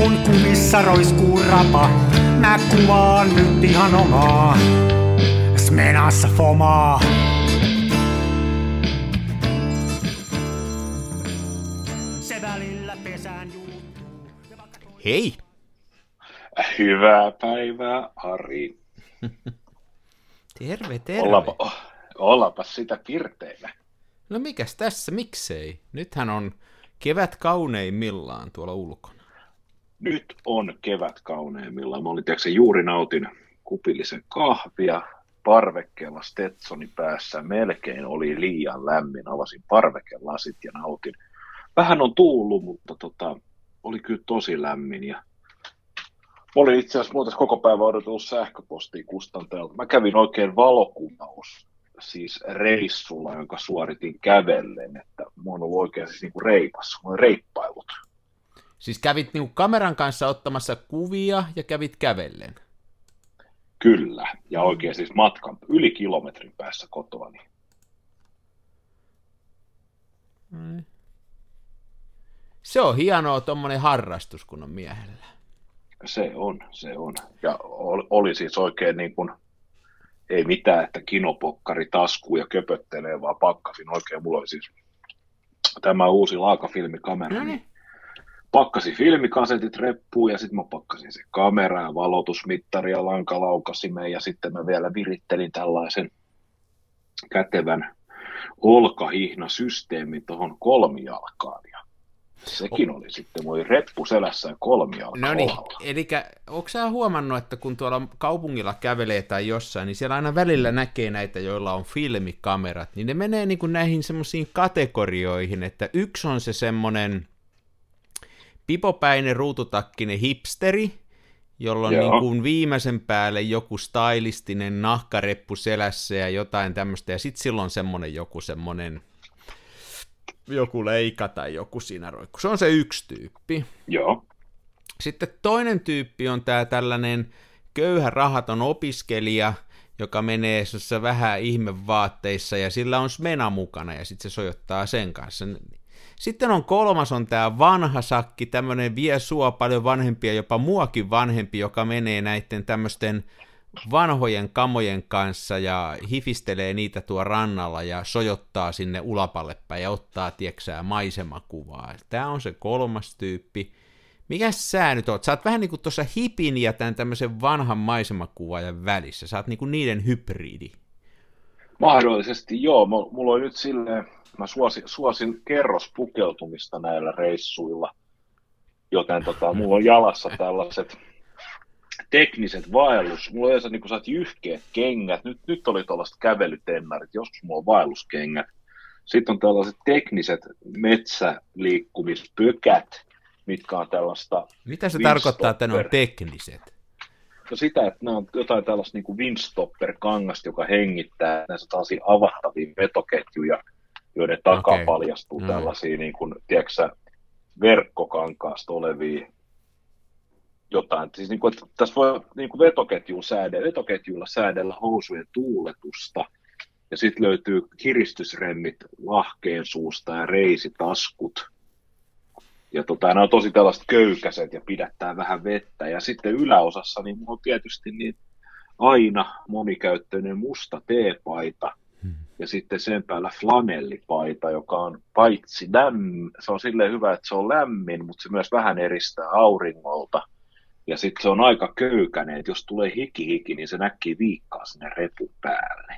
kun kumissa roiskuu rapa, mä kuvaan nyt ihan omaa Smenassa fomaa. Se välillä pesään juuttuu. Hei! Hyvää päivää, Ari. Terve. Ollapas sitä pirteillä. No mikäs tässä, miksei? Nythän on kevät kauneimmillaan tuolla ulkona. Nyt on kevät kauneimmillaan. Mä olin juuri nautin kupillisen kahvia, parvekkeella Stetsoni päässä. Melkein oli liian lämmin. Avasin parvekelasit ja nautin. Vähän on tuullut, mutta oli kyllä tosi lämmin. Ja olin itse asiassa koko päivän odotellut sähköpostia kustantajalta. Mä kävin oikein valokuvaus, siis reissulla, jonka suoritin kävellen, että mä oon ollut oikein siis niinku reipas, mä oon reippailut. Siis kävit niinku kameran kanssa ottamassa kuvia ja kävit kävellen? Kyllä, ja oikein siis matkan yli kilometrin päässä kotoani. Se on hienoa tommonen harrastus, kun on miehellä. Se on. Ja oli siis oikein niin kuin, ei mitään, että kinopokkari taskuu ja köpöttelee, vaan pakkasin oikein. Mulla oli siis tämä uusi laakafilmikamera. Niin pakkasin filmikasetit reppuun ja sitten mä pakkasin se kamera ja valotusmittari ja lankalaukasimeen ja sitten mä vielä virittelin tällaisen kätevän olkahihnasysteemin tuohon kolmijalkaan. Sekin oli sitten, voi reppu selässä ja kolmijalka. No niin, eli onko sä huomannut, että kun tuolla kaupungilla kävelee tai jossain, niin siellä aina välillä näkee näitä, joilla on filmikamerat, niin ne menee niin kuin näihin semmoisiin kategorioihin, että yksi on se semmoinen pipopäinen ruututakkinen hipsteri, jolla on niin kuin viimeisen päälle joku stylistinen nahkareppu selässä ja jotain tämmöistä, ja sitten silloin semmoinen joku leika tai joku siinä roikku. Se on se yksi tyyppi. Joo. Sitten toinen tyyppi on tämä tällainen köyhä rahaton opiskelija, joka menee vähän ihmevaatteissa ja sillä on smena mukana ja sitten se sojottaa sen kanssa. Sitten on kolmas on tämä vanha sakki, tämmöinen vie sua paljon vanhempi ja jopa muakin vanhempi, joka menee näiden tämmöisten vanhojen kamojen kanssa ja hifistelee niitä tuo rannalla ja sojottaa sinne ulapalle päin ja ottaa, tieksää, maisemakuvaa. Tämä on se kolmas tyyppi. Mikäs sä nyt oot? Sä oot vähän niin kuin tuossa hipin ja tämän tämmöisen vanhan maisemakuvaajan välissä. Sä oot niin kuin niiden hybridi. Mahdollisesti joo. Mulla on nyt silleen, mä suosin kerrospukeutumista näillä reissuilla, joten mulla on jalassa tällaiset tekniset vaellus. Mulla on yleensä niin kuin jyhkeät kengät. Nyt oli tällaiset kävelytennarit. Joskus mulla on vaelluskengät. Sitten on tällaiset tekniset metsäliikkumispökät, mitkä on tällaista. Mitä se tarkoittaa, että ne on tekniset? No sitä, että nämä on jotain tällaista niin kuin windstopper-kangasta, joka hengittää näissä tällaisia avattavia vetoketjuja, joiden takaa paljastuu tällaisia, niin kuin, tiedätkö, verkkokankaasta olevia jotain. Siis niin kuin, että tässä voi niin kuin vetoketjuilla säädellä housujen tuuletusta, ja sitten löytyy kiristysremmit lahkeen suusta ja reisitaskut. Ja nämä on tosi tällaiset köykäiset ja pidättää vähän vettä. Ja sitten yläosassa niin on tietysti niin aina monikäyttöinen musta teepaita. Ja sitten sen päällä flanellipaita, joka on paitsi se on silleen hyvä, että se on lämmin, mutta se myös vähän eristää auringolta. Ja sitten se on aika köykäinen, että jos tulee hiki, niin se näkkii viikkaa sinne repun päälle.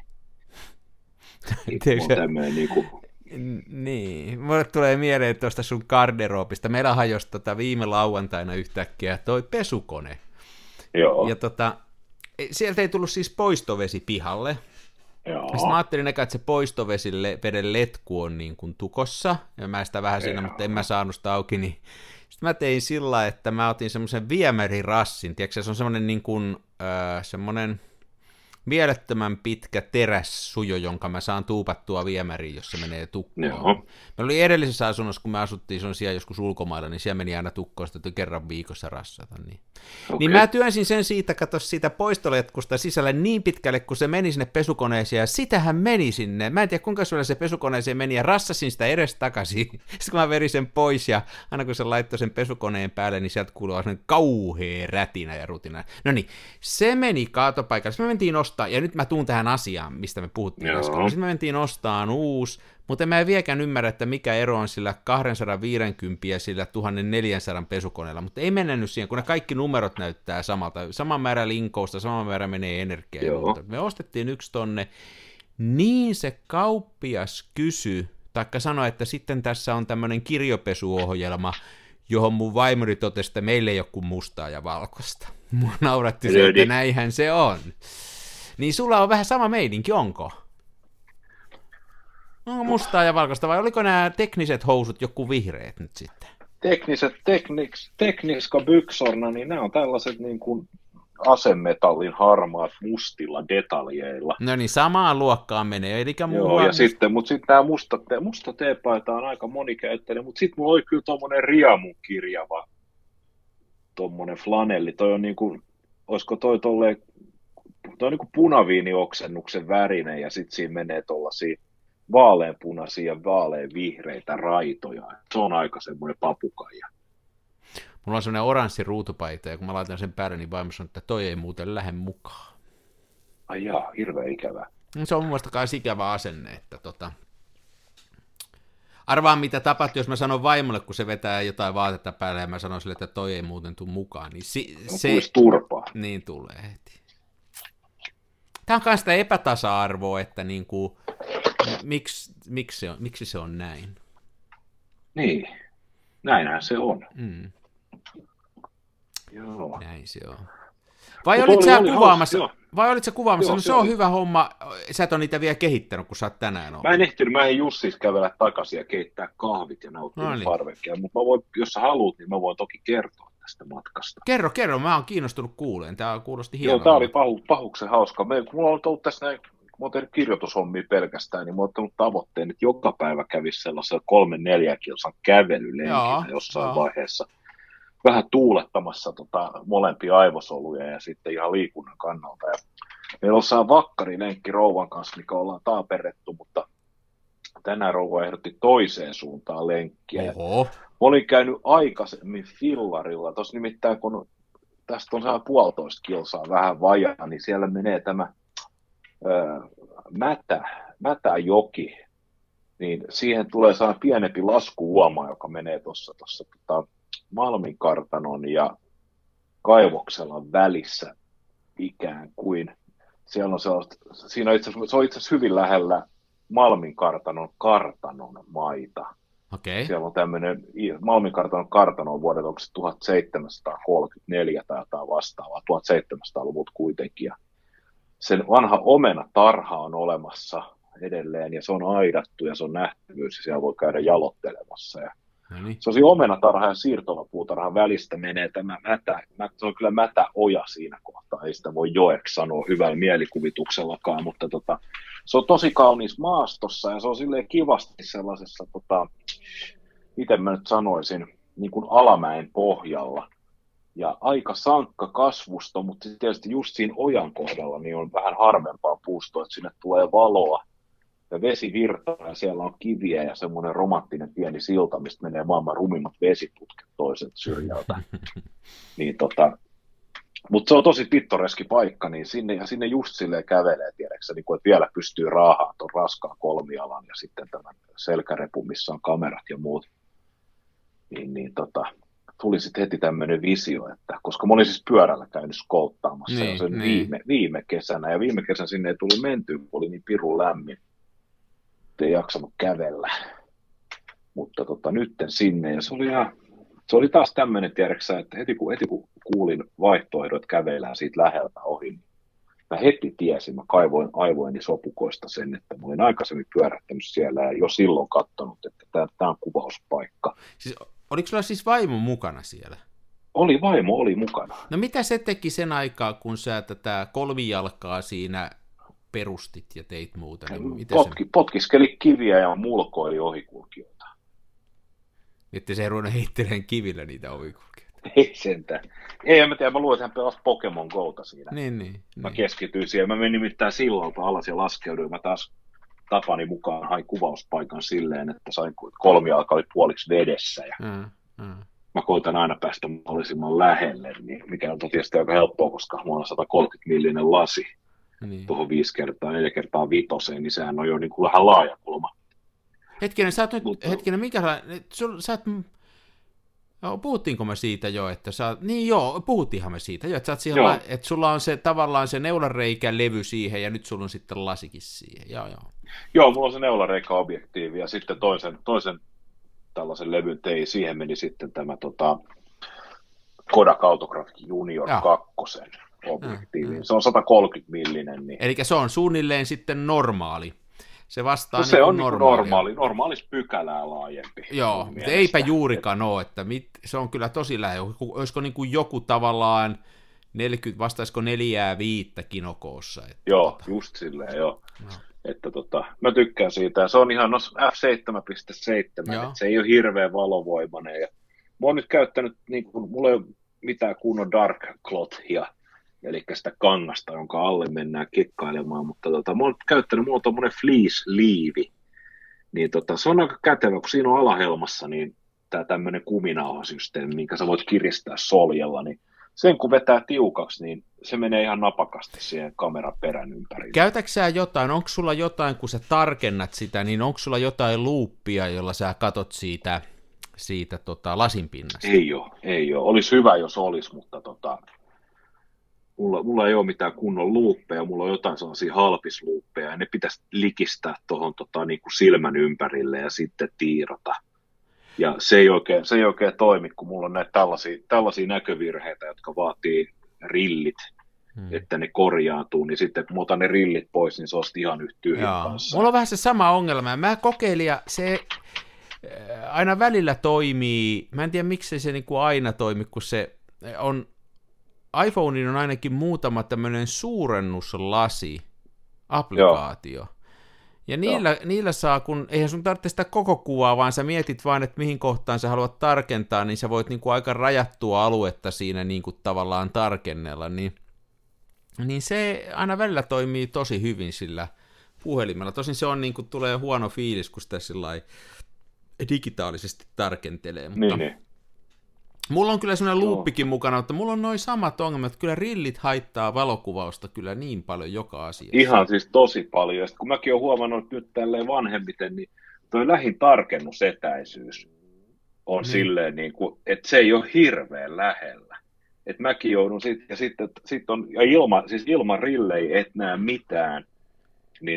On tämmöinen Niin, mulle tulee mieleen tuosta sun garderoopista. Meillä hajosi viime lauantaina yhtäkkiä toi pesukone. Joo. Ja sieltä ei tullut siis poistovesi pihalle. Joo. Sitten mä ajattelin että se poistoveden letku on niin kuin tukossa, ja mä sitä vähän siinä, mutta en mä saanut sitä auki, niin sitten mä tein sillä, että mä otin semmoisen viemärirassin, tiedätkö, se on semmoinen niin kuin, semmoinen mielettömän pitkä terässujo, jonka mä saan tuupattua viemäriin, jos se menee tukkoon. Joo. Meillä oli edellisessä asunnossa, kun me asuttiin, se on siellä joskus ulkomailla, niin siellä meni aina tukkoon, sitä kerran viikossa rassata. Niin. Okay. Niin mä työnsin sen siitä poistoletkusta sisälle niin pitkälle, kun se meni sinne pesukoneeseen, ja sitähän meni sinne. Mä en tiedä, kuinka syöllä se pesukoneeseen meni, ja rassasin sitä edes takaisin. Sitten kun mä verin sen pois, ja aina kun se laittoi sen pesukoneen päälle, niin sieltä kuului sellainen kauhea rätinä ja rutina. No niin, se meni kaatopaikalle. Sitten me mentiin ostaa, ja nyt mä tuun tähän asiaan, mistä me puhuttiin äsken. Sitten me mentiin ostaan uusi, mutta mä en vieläkään ymmärrä, että mikä ero on sillä 250 ja sillä 1400 pesukoneella, mutta ei mennä nyt siihen, kun ne kaikki numerot näyttää samalta. Sama määrä linkousta, sama määrä menee energiaa ja muuta. Me ostettiin yksi tonne, niin se kauppias kysyi, taikka sanoi, että sitten tässä on tämmöinen kirjopesuohjelma, johon mun vaimoni totesi, että meillä ei ole kuin mustaa ja valkoista. Mua nauratti se, että näinhän se on. Niin sulla on vähän sama meininki, onko? Onko mustaa ja valkoista, vai oliko nämä tekniset housut joku vihreät nyt sitten? Tekniska byksorna, niin nämä on tällaiset niin kuin asemetallin harmaat mustilla detaljeilla. No niin, samaan luokkaan menee, eli joo, ja sitten, mutta sitten tämä musta teepaita on aika monikäyttöinen, mutta sitten mulla oli kyllä tommonen Riamun kirjava, tommonen flanelli, toi on niinku, olisiko toi tolleen, toi on niinku punaviinioksennuksen värinen, ja sitten siinä menee tollasia vaaleanpunaisia ja vaaleanvihreitä raitoja. Se on aika semmoinen papukaija. Mulla on semmoinen oranssi ruutupaita, ja kun mä laitan sen päälle, niin vaimo sanoo, että toi ei muuten lähde mukaan. Ai jaa, hirveän ikävää. Se on mun mielestä kai ikävä asenne, että arvaan mitä tapahtui, jos mä sanon vaimolle, kun se vetää jotain vaatetta päälle, ja mä sanon sille, että toi ei muuten tule mukaan, niin se turpaa. Niin tulee heti. Tämä on myös sitä epätasa-arvoa, että niinku, miksi se on näin? Niin, näinhän se on. Mm. Joo. Näin se on. Vai olit sä kuvaamassa? No se on hyvä homma. Sä et ole niitä vielä kehittänyt, kun sä oot tänään ollut. Mä en just siis kävellä takaisin ja keittää kahvit ja nauttia parvekkeja, mutta jos sä haluat, niin mä voin toki kertoa tästä matkasta. Kerro, mä oon kiinnostunut kuuleen. Tää kuulosti hienolta. Joo, tää oli pahuksen hauska. Mulla on ollut tässä näin, mä oon tehnyt kirjoitushommia pelkästään, niin mä oon ottanut tavoitteen, että joka päivä kävisi sellaisella 3-4 kilsan kävelylenkillä jossain vaiheessa. Vähän tuulettamassa molempia aivosoluja ja sitten ihan liikunnan kannalta. Ja meillä on saa vakkarilenkki rouvan kanssa, mikä ollaan taaperrettu, mutta tänään rouva ehdotti toiseen suuntaan lenkkiä. Oho. Mä olin käynyt aikaisemmin fillarilla. Tuossa nimittäin, kun tästä on 1,5 kilsaa vähän vajaa, niin siellä menee tämä Mätäjoki. Niin siihen tulee saa pienempi laskuuoma, joka menee tuossa Malminkartanon ja Kaivokselan välissä ikään kuin. Siellä on se on itse asiassa hyvin lähellä Malminkartanon maita. Okay. Siellä on tämmöinen, Malminkartanon kartano on vuodelta 1734 tai jotain vastaavaa, 1700-luvulta kuitenkin. Ja sen vanha omenatarha on olemassa edelleen ja se on aidattu ja se on nähtävyys ja siellä voi käydä jalottelemassa. Ja se on siinä omenatarha ja siirtolapuutarhan välistä menee tämä se on kyllä Mätäoja siinä kohtaa, ei sitä voi joeksi sanoa hyvällä mielikuvituksellakaan, mutta se on tosi kaunis maastossa ja se on silleen kivasti sellaisessa, miten mä nyt sanoisin, niin kuin alamäen pohjalla ja aika sankka kasvusto, mutta tietysti just siinä ojan kohdalla niin on vähän harvempaa puustoa, että sinne tulee valoa. Ja vesi virtaa ja siellä on kiviä ja semmoinen romanttinen pieni silta, mistä menee maailman rumimmat vesiputket toiselta syrjältä. Niin mutta se on tosi pittoreski paikka, niin sinne just silleen kävelee, tiedätkö, niin kuin, että vielä pystyy raahaamaan tuon raskaan kolmialan ja sitten tämän selkärepun, missä on kamerat ja muut. Tuli sitten heti tämmöinen visio, että koska mä olin siis pyörällä käynyt skouttaamassa viime kesänä, ja viime kesän sinne ei tullut mentyä, kun oli niin pirun lämmin. Ei jaksanut kävellä, mutta nytten sinne, ja se oli taas tämmöinen, tiedäksä, että heti kun kuulin vaihtoehdot, että kävellään siitä läheltä ohi, niin mä heti tiesin, mä kaivoin aivoini sopukoista sen, että mä olin aikaisemmin pyörähtänyt siellä ja jo silloin katsonut, että tämä on kuvauspaikka. Siis, oliko sulla siis vaimo mukana siellä? Vaimo oli mukana. No mitä se teki sen aikaa, kun sä tätä kolmijalkaa siinä perustit ja teit muuta? Niin Potkiskeli kiviä ja mulkoili ohikulkijoita. Että se ei ruvennut heittelemään kivillä niitä ohikulkijoita. Ei sentään. Ei, mä luulen, että hän pelasi Pokemon Gota siinä. Niin. Mä keskityin siihen. Mä menin nimittäin sillalta alas ja laskeuduin. Mä taas tapani mukaan hain kuvauspaikan silleen, että sain kolmijalka oli puoliksi vedessä. Ja mä koitan aina päästä mahdollisimman lähelle, niin mikä on tietysti aika helppoa, koska mulla on 130 millinen lasi tuohon 5x4x5, niin sehän on jo niin kuin vähän laaja kulma. Puhuttiinko me siitä jo, että puhuttiinhan me siitä jo, että sä oot siihen, että sulla on se tavallaan se neulareikä levy siihen ja nyt sulla on sitten lasikin siihen, Joo, mulla on se neulareikä-objektiivi ja sitten toisen tällaisen levyn tein, siihen meni sitten tämä Kodak Autograph Junior 2 objektiivi. Se on 130 millinen. Niin... Eli se on suunnilleen sitten normaali. Se vastaa se on normaalis pykälää laajempi. Joo, mutta eipä juurikaan ole, että se on kyllä tosi lähellä. Olisiko niin kuin joku tavallaan 40, vastaisiko 4-5 kinokoossa? Että joo, just silleen, joo. No. Että mä tykkään siitä. Se on ihan f7.7, se ei ole hirveän valovoimainen. Ja mä oon nyt käyttänyt, niin kuin, mulla ei ole mitään kunnon dark clothia, eli sitä kangasta, jonka alle mennään kikkailemaan, mutta mä oon käyttänyt, mulla on tommonen fleece-liivi, niin se on aika kätevä, kun siinä on alahelmassa, niin tää tämmönen kuminauhasysteemi, minkä sä voit kiristää soljella, niin sen kun vetää tiukaksi, niin se menee ihan napakasti siihen kameran perän ympärille. Käytätkö sä jotain, onko sulla jotain, kun sä tarkennat sitä, niin onko sulla jotain luuppia, jolla sä katot siitä lasinpinnasta? Ei ole. Olisi hyvä, jos olisi, mutta mulla ei ole mitään kunnon luuppeja, mulla on jotain sellaisia halpisluuppeja, ja ne pitäisi likistää tuohon niin kuin silmän ympärille ja sitten tiirata. Ja se ei oikein toimi, kun mulla on näitä tällaisia näkövirheitä, jotka vaatii rillit, että ne korjaantuu, niin sitten kun mä otan ne rillit pois, niin se on ihan yhtä tyhjän kanssa. Mulla on vähän se sama ongelma. Mä kokeilin, ja se aina välillä toimii. Mä en tiedä, miksi se niin kuin aina toimi, kun se on iPhonein on ainakin muutama tämmöinen suurennuslasi-applikaatio. Joo. Ja niillä saa, kun eihän sun tarvitse sitä koko kuvaa, vaan sä mietit vaan, että mihin kohtaan sä haluat tarkentaa, niin sä voit niinku aika rajattua aluetta siinä niinku tavallaan tarkennella, niin se aina välillä toimii tosi hyvin sillä puhelimella. Tosin se on niinku, tulee huono fiilis, kun sitä sillai digitaalisesti tarkentelee, mutta niin. Mulla on kyllä semmoinen luuppikin mukana, mutta mulla on noin samat ongelmat, että kyllä rillit haittaa valokuvausta kyllä niin paljon joka asiassa. Ihan siis tosi paljon. Ja kun mäkin olen huomannut nyt tälleen vanhemmiten, niin toi lähin tarkennusetäisyys on silleen, niin kuin, että se ei ole hirveän lähellä. Että mäkin joudun sitten on, ja ilman rillejä et näe mitään, niin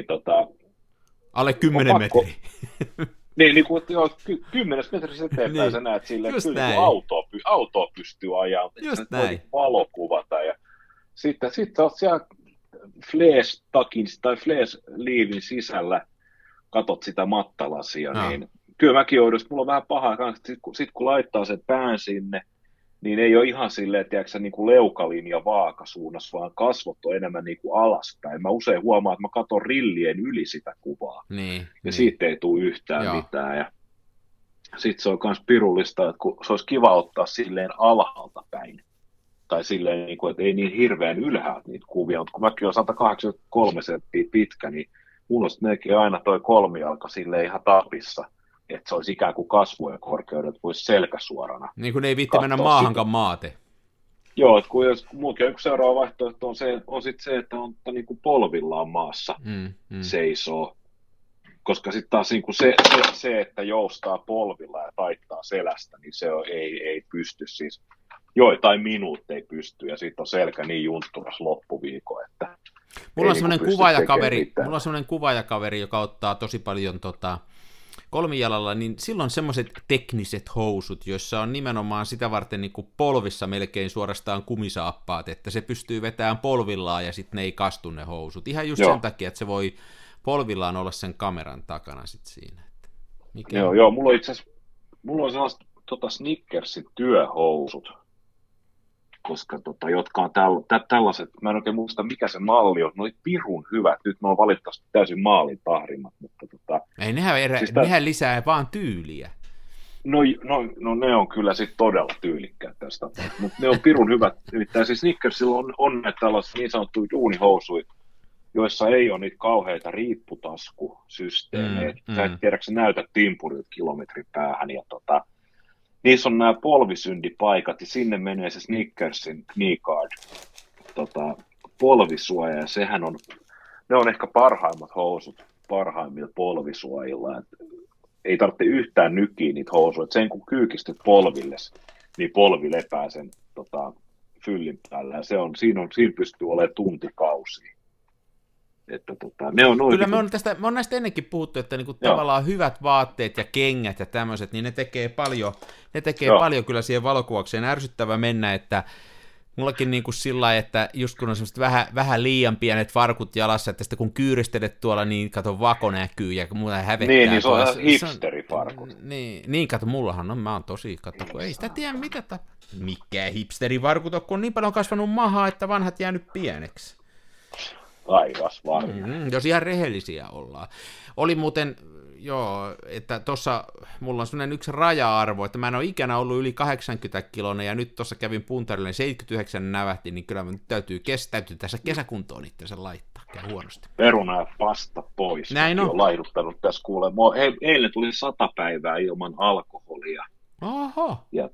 alle 10 metriä. Niin kuin 10 metrissä eteenpäin niin, sä näet silleen, että kyllä autoa pystyy ajamaan, että voi valokuvata. Ja sitten olet siellä flash-takin tai flash-liivin sisällä, katot sitä mattalasia, niin kyllä mäkin joudun, mulla on vähän pahaa kanssa, että sit kun laittaa sen pään sinne, niin ei ole ihan silleen, tiedätkö, niin kuin leukalinja vaakasuunnassa, vaan kasvot on enemmän niin kuin alaspäin. Mä usein huomaan, että mä katon rillien yli sitä kuvaa. Ja siitä ei tule yhtään mitään. Ja sitten se on myös pirullista, että kun se olisi kiva ottaa silleen alhaalta päin. Tai silleen, niin kuin, että ei niin hirveän ylhäältä niitä kuvia. Mutta kun mäkin olen 183 senttiä pitkä, niin mulla on sitten aina toi kolmijalka silleen ihan tapissa. Että se olisi ikään kuin kasvojen korkeudet, voisi selkäsuorana. Niin kuin ei viitti mennä maahankaan maate. Joo, että kun muukin yksi seuraava vaihtoehto on sitten se, että on niin kuin polvillaan maassa seisoo. Koska sitten taas niin kuin se, että joustaa polvilla ja taittaa selästä, niin se ei pysty siis. Joitain minuutteja pystyy ja sitten on selkä niin juntturas loppuviikko, että mulla on semmoinen kuvaajakaveri, joka ottaa tosi paljon kolmijalalla, niin silloin semmoiset tekniset housut, joissa on nimenomaan sitä varten niin kuin polvissa melkein suorastaan kumisaappaat, että se pystyy vetämään polvillaan ja sitten ne ei kastu ne housut. Ihan just sen takia, että se voi polvillaan olla sen kameran takana sitten siinä. Joo, mulla on sellaiset Snickersin työhousut, koska jotka on tällaiset, mä en oikein muista mikä se malli on, ne oli pirun hyvät, nyt ne on valitettavasti täysin maalin tahrimat, mutta ei, nehän lisää vaan tyyliä. No ne on kyllä sitten todella tyylikkäät tästä, mutta ne on pirun hyvät, nimittäin siis Snickersilla on näitä tällaisia niin sanottuja duunihousuja, joissa ei ole niitä kauheita riipputaskusysteemejä, sä et tiedäksä näytä timpurilta kilometrin päähän, ja niissä on nämä polvisyndipaikat, ja sinne menee se Snickersin knee guard, polvisuoja, ja ne on ehkä parhaimmat housut parhaimmilla polvisuojilla, ei tarvitse yhtään nykiä niitä housuja, että sen kun kyykistyt polvilles, niin polvi lepää sen fyllin päällä, ja siinä pystyy olemaan tuntikausia. Että kyllä me on näistä ennenkin puhuttu, että niinku tavallaan hyvät vaatteet ja kengät ja tämmöiset, niin ne tekee paljon kyllä siihen valokuvaukseen. Ärsyttävä mennä, että mullakin niinku sillä lailla, että just kun on semmoiset vähän liian pienet farkut jalassa, että sitten kun kyyristelet tuolla, niin kato vako näkyy ja muuta hävettää. Niin se on hipsterifarkut. Niin kato, mullahan on, mä oon tosi, kato, kun ei sitä tiedä mikään hipsterifarkut on, kun on niin paljon kasvanut mahaa, että vanhat jäänyt pieneksi. Taivas varmaan. Jos ihan rehellisiä ollaan. Oli muuten, että tuossa mulla on sellainen yksi raja-arvo, että mä en ole ikänä ollut yli 80 kiloa, ja nyt tuossa kävin puntarille, 79 nävähti, niin kyllä täytyy tässä kesäkuntoon itse laittaa, käy huonosti. Peruna ja pasta pois. Näin on. Olen laiduttanut tässä kuule. Eilen tuli 100 päivää ilman alkoholia. Oho. Ja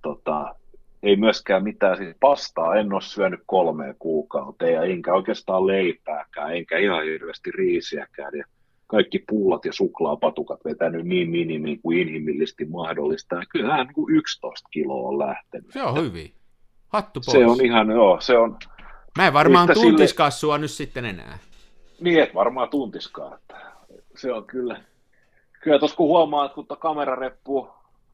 ei myöskään mitään, siis pastaa en ole syönyt 3 kuukauteen, ja enkä oikeastaan leipääkään, enkä ihan hirveästi riisiäkään, ja kaikki pullat ja suklaapatukat vetänyt niin minimiin kuin inhimillisesti mahdollista, ja kyllähän niin kuin 11 kiloa on lähtenyt. Se on hyvin. Hattu pois. Se on ihan, se on... Mä en varmaan tuntiskaan sua nyt sitten enää. Niin, et varmaan tuntiskaan. Se on kyllä tuossa kun huomaa, että kun kamerareppu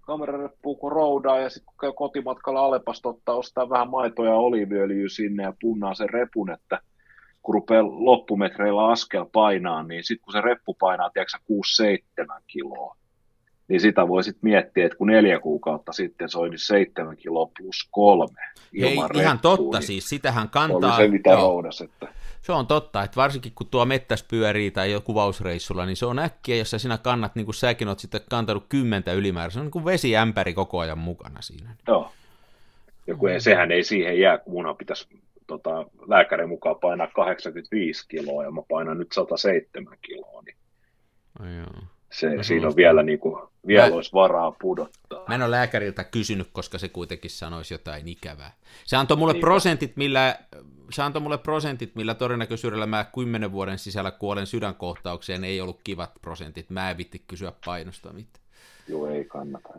kun roudaa ja sitten kun käy kotimatkalla Alepasta ostaa vähän maitoa ja oliiviöljyä sinne ja punnaa sen repun, että kun rupeaa loppumetreillä askel painaa, niin sitten kun se reppu painaa, tiedätkö 6-7 kiloa, niin sitä voi sitten miettiä, että kun 4 kuukautta sitten se oli 7 kiloa plus 3 ilman reppua. Ihan totta, niin siis sitähän kantaa. oli se mitä roudas, että... Se on totta, että varsinkin kun tuo mettäs pyörii tai jo kuvausreissulla, niin se on äkkiä, jos sinä kannat, niin kuin säkin olet sitten kantanut 10 ylimääräistä, se on niin kuin vesiämpäri koko ajan mukana siinä. Joo, ja kun sehän ei siihen jää, kun munhan pitäisi lääkärin mukaan painaa 85 kiloa, ja mä painan nyt 107 kiloa, niin siinä on vielä, vielä olisi varaa pudottaa. Mä en ole lääkäriltä kysynyt, koska se kuitenkin sanoisi jotain ikävää. Se antoi mulle prosentit, millä todennäköisyydellä mä 10 vuoden sisällä kuolen sydänkohtaukseen, ei ollut kivat prosentit. Mä en vitti kysyä painosta mitään. Joo, ei kannata.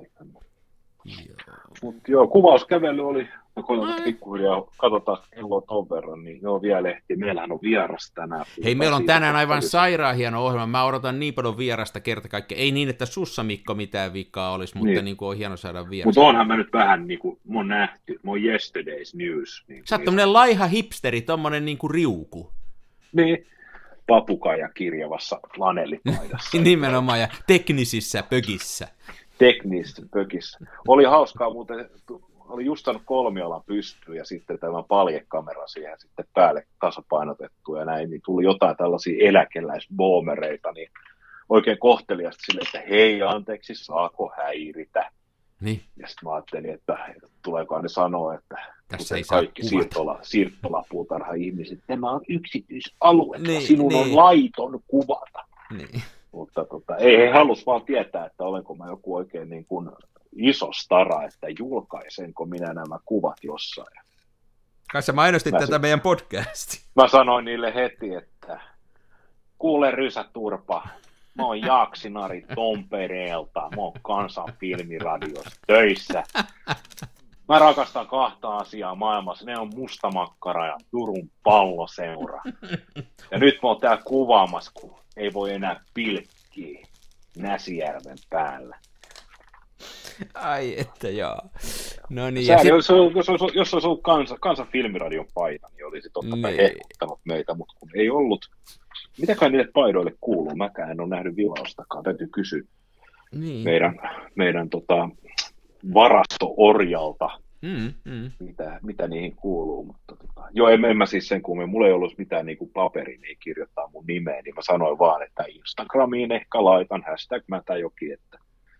Mutta kuvauskävely oli, pikkuhiljaa katsotaan kelloa ton verran, niin vielä ehti. Meillähän on vieras tänään. Hei, meillä on tänään aivan sairaan hieno ohjelma. Mä odotan niin paljon vierasta kerta kaikkea. Ei niin, että sussa Mikko mitään vikaa olisi, mutta niin kuin on hieno saada vieras. Mutta onhan mä nyt vähän niin kuin, mä oon nähty, mä oon yesterday's news. Niin sä oot tommonen laiha hipsteri, tommonen niin kuin riuku. Niin, papukaija kirjavassa flanellipaidassa. Nimenomaan, ja teknisissä pökissä. Teknisessä pökissä. Oli hauskaa muuten, oli just saanut kolmiolan pystyyn ja sitten tämä paljekamera siihen sitten päälle tasapainotettu ja näin, niin tuli jotain tällaisia eläkeläisboomereita, niin oikein kohteliasti sille, että hei anteeksi, saako häiritä? Niin. Ja sitten mä ajattelin, että tuleekohan ne sanoa, että tässä ei kaikki siirtolapuutarha-ihmiset, tämä on yksityisalue, niin, sinun on laiton kuvata. Niin. Mutta ei halus vaan tietää, että olenko mä joku oikein niin kuin iso stara, että julkaisenko minä nämä kuvat jossain. Kai sä mainostit tätä meidän podcastia. Mä sanoin niille heti, että kuule Rysä Turpa, mä oon Jaaksinari Tompereelta, mä oon Kansan filmiradiossa töissä. Mä rakastan 2 asiaa maailmassa, ne on Mustamakkara ja Turun Palloseura. Ja nyt mä oon täällä kuvaamassa, kun ei voi enää pilkkiä Näsijärven päällä. Ai että joo. No niin, jos olisi ollut kansan filmiradion paita, niin olisi totta kai hehkuttanut meitä, mutta kun ei ollut. Mitäkään niille paidoille kuuluu? Mäkään en ole nähnyt vilaustakaan. Täytyy kysyä meidän varasto-orjalta, mitä niihin kuuluu. Mutta joo, en mä siis sen kummemmin. Mulla ei ollut mitään niin kuin paperia, niin kirjoittaa mun nimeä, niin mä sanoin vaan, että Instagramiin ehkä laitan #mätäjoki, että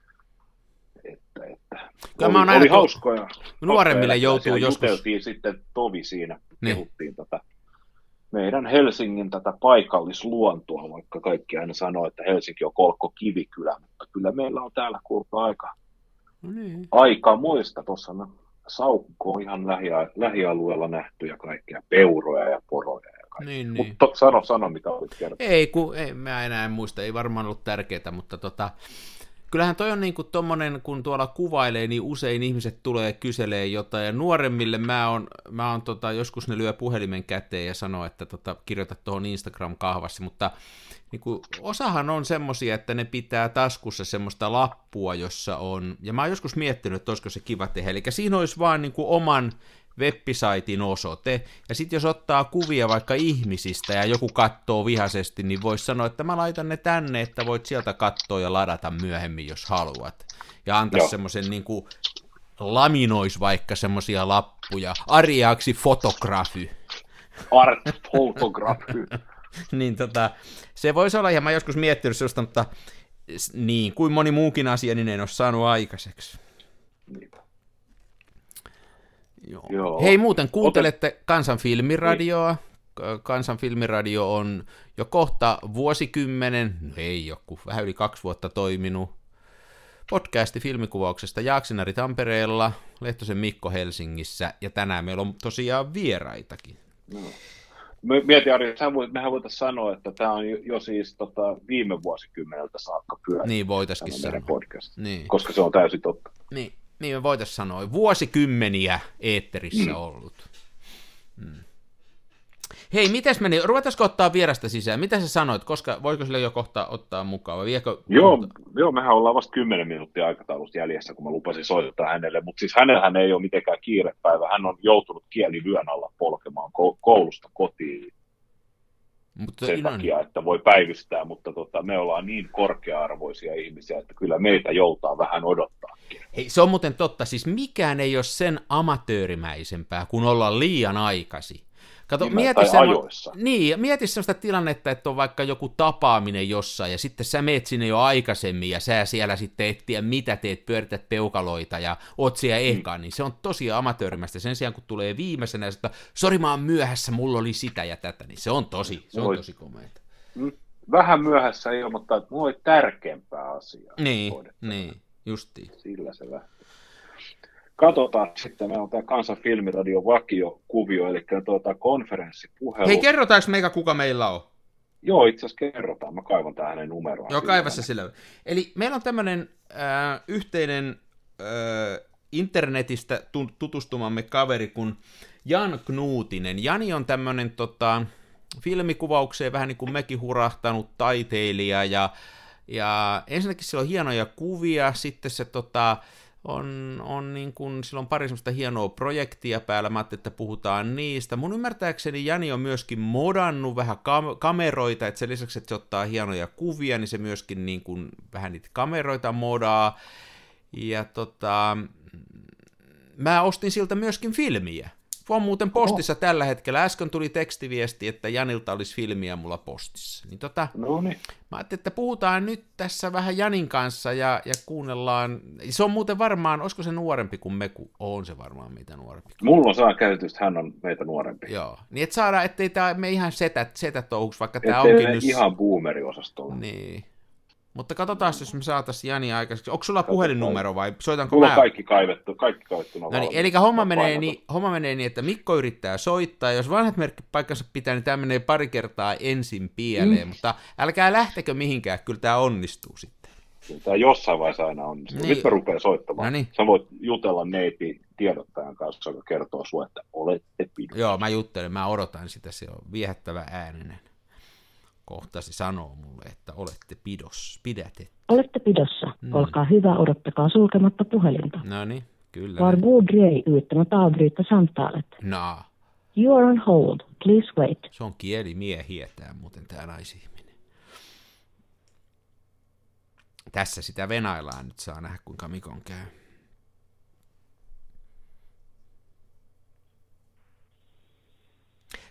oli hauskoja. Nuoremmille joutuu joskus. Juteltiin sitten tovi siinä, kehuttiin tätä meidän Helsingin tätä paikallisluontoa, vaikka kaikki aina sanoo, että Helsinki on kolkko kivikylä, mutta kyllä meillä on täällä kuulta aika muista. Tuossa saukko on ihan lähialueella nähty ja kaikkea peuroja ja poroja ja kaikkea. Niin. Mutta sano mitä olit kertoa. Ei, mä enää en muista, ei varmaan ollut tärkeää, mutta kyllähän toi on niinku tommonen, kun tuolla kuvailee, niin usein ihmiset tulee kyselee jotain, ja nuoremmille mä oon joskus ne lyö puhelimen käteen ja sanoo, että kirjoita tuohon Instagram-kahvassa, mutta niinku, osahan on semmosia, että ne pitää taskussa semmoista lappua, jossa on, ja mä oon joskus miettinyt, että olisiko se kiva tehdä, eli siinä olisi vaan niinku oman web-saitin osoite, ja sitten jos ottaa kuvia vaikka ihmisistä ja joku katsoo vihaisesti, niin voisi sanoa, että mä laitan ne tänne, että voit sieltä katsoa ja ladata myöhemmin, jos haluat. Ja antaa semmoisen niin kuin laminois vaikka semmoisia lappuja. Ariaksi fotografy. Art photography. Niin se voisi olla, ja mä joskus miettinyt sellaista, mutta niin kuin moni muukin asia, niin en ole saanut aikaiseksi. Joo. Hei, muuten kuuntelette Kansan Filmiradioa. Kansan Filmiradio on jo kohta vuosikymmenen, vähän yli 2 vuotta toiminut podcasti filmikuvauksesta Jaaksinari Tampereella, Lehtosen Mikko Helsingissä, ja tänään meillä on tosiaan vieraitakin. No. Mietin, Ari, mehän voitaisiin sanoa, että tämä on jo siis viime vuosikymmeneltä saakka pyörinyt. Niin, voitaisiin sanoa. Podcast, niin. Koska se on täysin totta. Niin me voitaisiin sanoa. Vuosikymmeniä eetterissä ollut. Hei, mites meni? Ruvetaanko ottaa vierasta sisään? Mitä sä sanoit? Voiko sille jo kohta ottaa mukaan? Vai viekö... Joo, mehän ollaan vasta 10 minuuttia aikataulusta jäljessä, kun mä lupasin soittaa hänelle. Mutta siis hänellähän ei ole mitenkään kiirepäivä. Hän on joutunut kielivyön alla polkemaan koulusta kotiin. Mutta sen takia, että voi päivystää, mutta me ollaan niin korkea-arvoisia ihmisiä, että kyllä meitä joutaa vähän odottaa. Hei, se on muuten totta, siis mikään ei ole sen amatöörimäisempää, kun olla liian aikaisin. Kato, mieti sellaista tilannetta, että on vaikka joku tapaaminen jossain, ja sitten sä meet sinne jo aikaisemmin, ja sä siellä sitten et tiedä, mitä teet, pyörität peukaloita, ja oot siellä niin se on tosi amatöörimäistä. Sen sijaan, kun tulee viimeisenä, ja että sori, mä oon myöhässä, mulla oli sitä ja tätä, niin se on tosi komeita. Vähän myöhässä ilmoittaa, että mulla oli tärkeämpää asiaa. Niin, justiin. Sillä se lähtee. Katsotaan sitten, meillä on tämä Kansan Filmiradion vakiokuvio, eli konferenssipuhelu. Hei, kerrotaanko meikä, kuka meillä on? Joo, itse asiassa kerrotaan. Mä kaivan tähän hänen numeroa. Joo, kaiva se sillä. Eli meillä on tämmöinen yhteinen internetistä tutustumamme kaveri kuin Jan Knuutinen. Jani on tämmöinen filmikuvaukseen vähän niin kuin mekin hurahtanut taiteilija, ja ensinnäkin sillä on hienoja kuvia, sitten se on niin kuin, sillä on pari semmoista hienoa projektia päällä, mä ajattelin, että puhutaan niistä. Mun ymmärtääkseni Jani on myöskin modannut vähän kameroita, että sen lisäksi, että se ottaa hienoja kuvia, niin se myöskin niin kuin vähän niitä kameroita modaa, ja mä ostin siltä myöskin filmiä. On muuten postissa tällä hetkellä. Äsken tuli tekstiviesti, että Janilta olisi filmiä mulla postissa. Niin mä ajattelin, että puhutaan nyt tässä vähän Janin kanssa ja kuunnellaan. Se on muuten varmaan, olisiko se nuorempi kuin me, kun on se varmaan meitä nuorempi. Mulla on saa käsitys, että hän on meitä nuorempi. Joo, niin että saadaan, ettei tämä me ihan setä touhuksi, vaikka tämä onkin nyt... ihan boomeriosastolla. Niin. Mutta katsotaan, jos me saataisiin Jani aikaiseksi. Onko sulla puhelinnumero vai soitanko mulla mä? Mulla on kaikki kaivettu. No niin, eli homma menee niin, että Mikko yrittää soittaa. Jos vanhat merkkipaikkansa pitää, niin tämä menee pari kertaa ensin pieleen. Mutta älkää lähtekö mihinkään, kyllä tämä onnistuu sitten. Tämä jossain vaiheessa aina onnistuu. Niin. Nyt mä rupean soittamaan. No niin. Sä voit jutella neiti tiedottajan kanssa, joka kertoo sulle, että olette pidossa. Joo, mä juttelen, mä odotan sitä, se on viehättävä ääninen. Kohta se sanoo mulle, että olette pidätetty. Olette pidossa. Olkaa hyvä, odottakaa sulkematta puhelinta. No niin, kyllä. Var god dröj utan att avbryta samtalet. No. You are on hold. Please wait. Se on kielimiehiä tää muuten tää naisihminen. Tässä sitä venaillaan, nyt saa nähdä kuinka Mikon käy.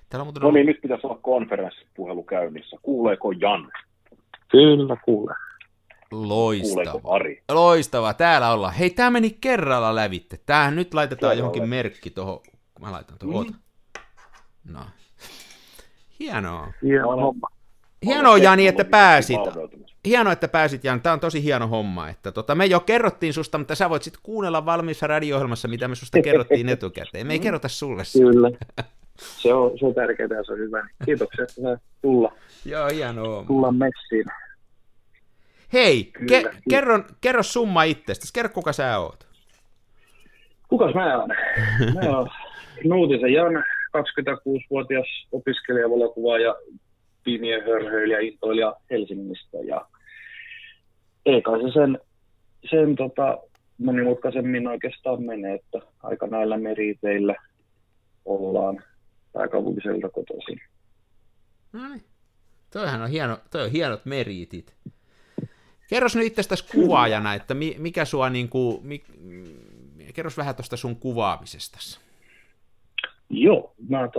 No niin, nyt pitäisi olla konferenssipuhelu käynnissä. Kuuleeko Jan? Kyllä, kuulee. Kuuleeko Ari? Loistavaa, täällä ollaan. Hei, tää meni kerralla lävitte. Tämähän nyt laitetaan johonkin merkki tuohon. Mä laitan tuohon. No. Hienoa. Hienoa, Jani, että pääsit. Hienoa, että pääsit, Jan. Tämä on tosi hieno homma. Että me jo kerrottiin susta, mutta sä voit sitten kuunnella valmiissa radio-ohjelmassa, mitä me susta kerrottiin etukäteen. Me ei kerrota sulle sitä. Kyllä. Se on tärkeää ja se on hyvä. Kiitoksia, että sä tulla. Joo, hienoa. Tulla messiin. Hei, kerro summa itsestäsi. Kerro, kuka sä oot. Kukas mä oon? Mä oon Nuutisen Jan, 26-vuotias opiskelija, valokuvaaja, piimien hörhöilijä, intoilija Helsingistä. Ja ei kai se sen monimutkaisemmin oikeastaan menee, että aika näillä meriteillä ollaan pääkaupunkiseudulta kotoisin. No niin. Toihan on hienot meriitit. Kerros nyt itsestäsi kuvaajana, että mikä sua niinku, kerros vähän tuosta sun kuvaamisestasi. Joo, mä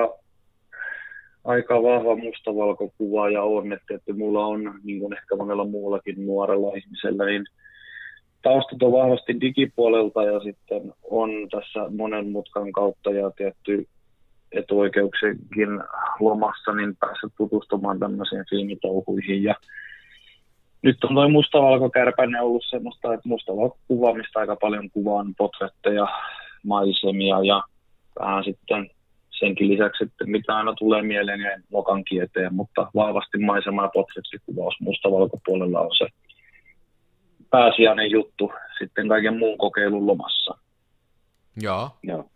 aika vahva mustavalkokuvaaja on, että mulla on, niin kuin ehkä monella muullakin nuorella ihmisellä, niin taustat on vahvasti digipuolelta ja sitten on tässä monen mutkan kautta ja tietty etuoikeuksienkin lomassa, niin päässyt tutustumaan tämmöisiin filmitouhuihin. Ja nyt on toi mustavalkokärpäinen ollut semmoista, että mustavalkokuvaamista aika paljon kuvaan portretteja, maisemia ja vähän sitten senkin lisäksi, että mitä aina tulee mieleen ja lokankin eteen, mutta vahvasti maisema- ja portrettikuvaus mustavalkopuolella on se pääsiäinen juttu sitten kaiken muun kokeilun lomassa. Joo. Joo.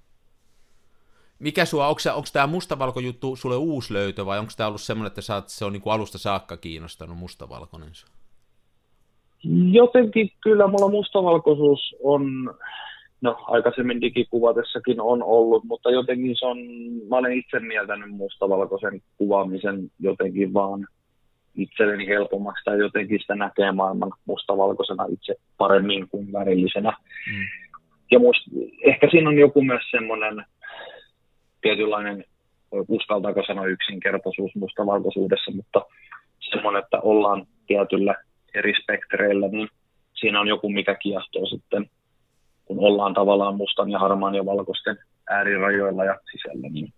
Mikä onko tämä mustavalkojuttu sulle uusi löytö vai onko tämä ollut semmoinen, että se on niin kuin alusta saakka kiinnostanut mustavalkoinen? Jotenkin kyllä mulla mustavalkoisuus on, aikaisemmin digikuvatessakin on ollut, mutta jotenkin mä olen itse mieltänyt mustavalkoisen kuvaamisen jotenkin vaan itselleni helpommaksi tai jotenkin sitä näkee maailman mustavalkoisena itse paremmin kuin värillisenä. Mm. Ja ehkä siinä on joku myös semmoinen tietynlainen, uskaltaako sanoa yksinkertaisuus mustavalkoisuudessa, mutta semmoinen, että ollaan tietyllä eri spektreillä, niin siinä on joku, mikä kiehtoo sitten, kun ollaan tavallaan mustan ja harmaan ja valkoisten äärirajoilla ja sisällä. Niin.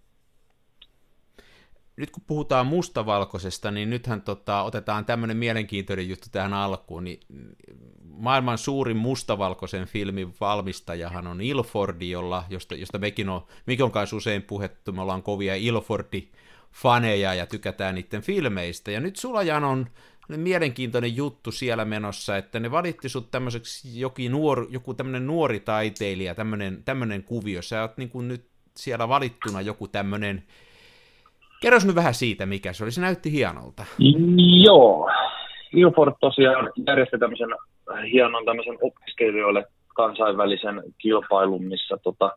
Nyt kun puhutaan mustavalkoisesta, niin nythän otetaan tämmöinen mielenkiintoinen juttu tähän alkuun, niin maailman suurin mustavalkoisen filmin valmistajahan on Ilfordi, josta mekin on Mikon kanssa usein puhettu, me ollaan kovia Ilfordi-faneja ja tykätään niiden filmeistä, ja nyt sulla, Jan, on mielenkiintoinen juttu siellä menossa, että ne valitti sut tämmöiseksi joku tämmöinen nuori taiteilija, tämmöinen kuvio, sä oot niin kuin nyt siellä valittuna joku tämmöinen. Kerros nyt vähän siitä, mikä se oli. Se näytti hienolta. Joo. Ilford tosiaan järjesti tämmöisen hienon tämmöisen opiskelijoille kansainvälisen kilpailun, missä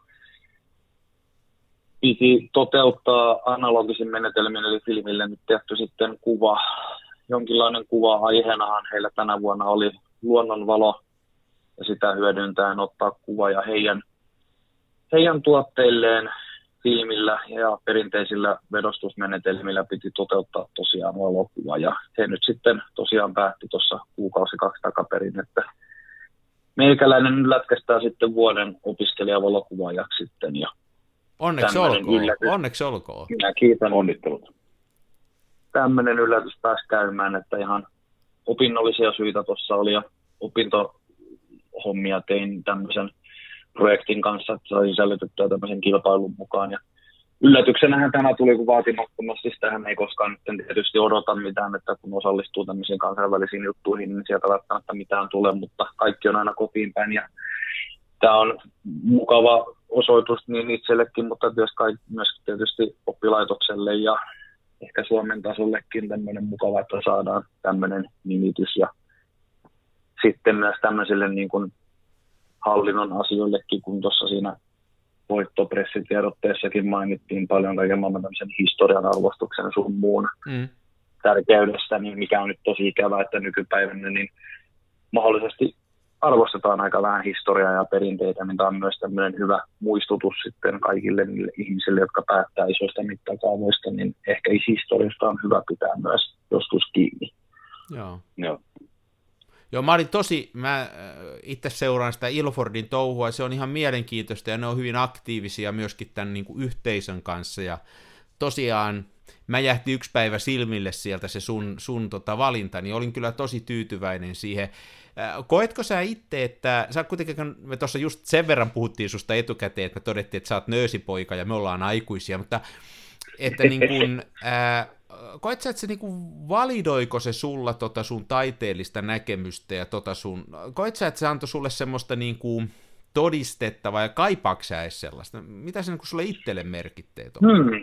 piti toteuttaa analogisin menetelmin, eli filmille nyt tehty sitten jonkinlainen kuva. Aiheenahan heillä tänä vuonna oli luonnonvalo, ja sitä hyödyntäen ottaa kuva, ja heidän tuotteilleen filmillä ja perinteisillä vedostusmenetelmillä piti toteuttaa tosiaan valokuva, ja he nyt sitten tosiaan päätti tuossa kuukausi 2 takaperin, että meikäläinen lätkästää sitten vuoden opiskelijavalokuvaajaksi sitten. Ja onneksi olkoon. Minä kiitän. Onnittelut. Tämmöinen yllätys pääsi käymään, että ihan opinnollisia syitä tuossa oli ja opintohommia tein tämmöisen projektin kanssa, että sai sisällytettyä tämmöisen kilpailun mukaan. Ja yllätyksenähän tämä tuli, kun vaatimattomasti sitähän ei koskaan nyt tietysti odota mitään, että kun osallistuu tämmöisiin kansainvälisiin juttuihin, niin sieltä välttämättä mitään tule, mutta kaikki on aina kotiin päin. Ja tämä on mukava osoitus niin itsellekin, mutta myös tietysti oppilaitokselle ja ehkä Suomen tasollekin tämmöinen mukava, että saadaan tämmöinen nimitys. Ja sitten myös tämmöisille niin kuin hallinnon asioillekin, kun tuossa siinä voittopressitiedotteessakin mainittiin paljon kaiken maailman tämmöisen historian arvostuksen sun muun tärkeydestä, niin mikä on nyt tosi ikävää, että nykypäivänä niin mahdollisesti arvostetaan aika vähän historiaa ja perinteitä, niin tämä on myös tämmöinen hyvä muistutus sitten kaikille niille ihmisille, jotka päättää isoista mittakaavoista, niin ehkä historiasta on hyvä pitää myös joskus kiinni. Joo. Joo. Joo, mä itse seuraan sitä Ilfordin touhua, se on ihan mielenkiintoista, ja ne on hyvin aktiivisia myöskin tämän niin kuin yhteisön kanssa, ja tosiaan mä jähti yksi päivä silmille sieltä se sun valinta, niin olin kyllä tosi tyytyväinen siihen. Koetko sä itse, että sä kuitenkin, me tuossa just sen verran puhuttiin susta etukäteen, että me todettiin, että sä oot nöösipoika ja me ollaan aikuisia, mutta että niin kun, koet sä, että se niin kuin validoiko se sulla sun taiteellista näkemystä ja koet sä, että se antoi sulle semmoista niin kuin todistetta vai kaipaatko sä edes sellaista? Mitä se niin kuin sulle itselle merkittee?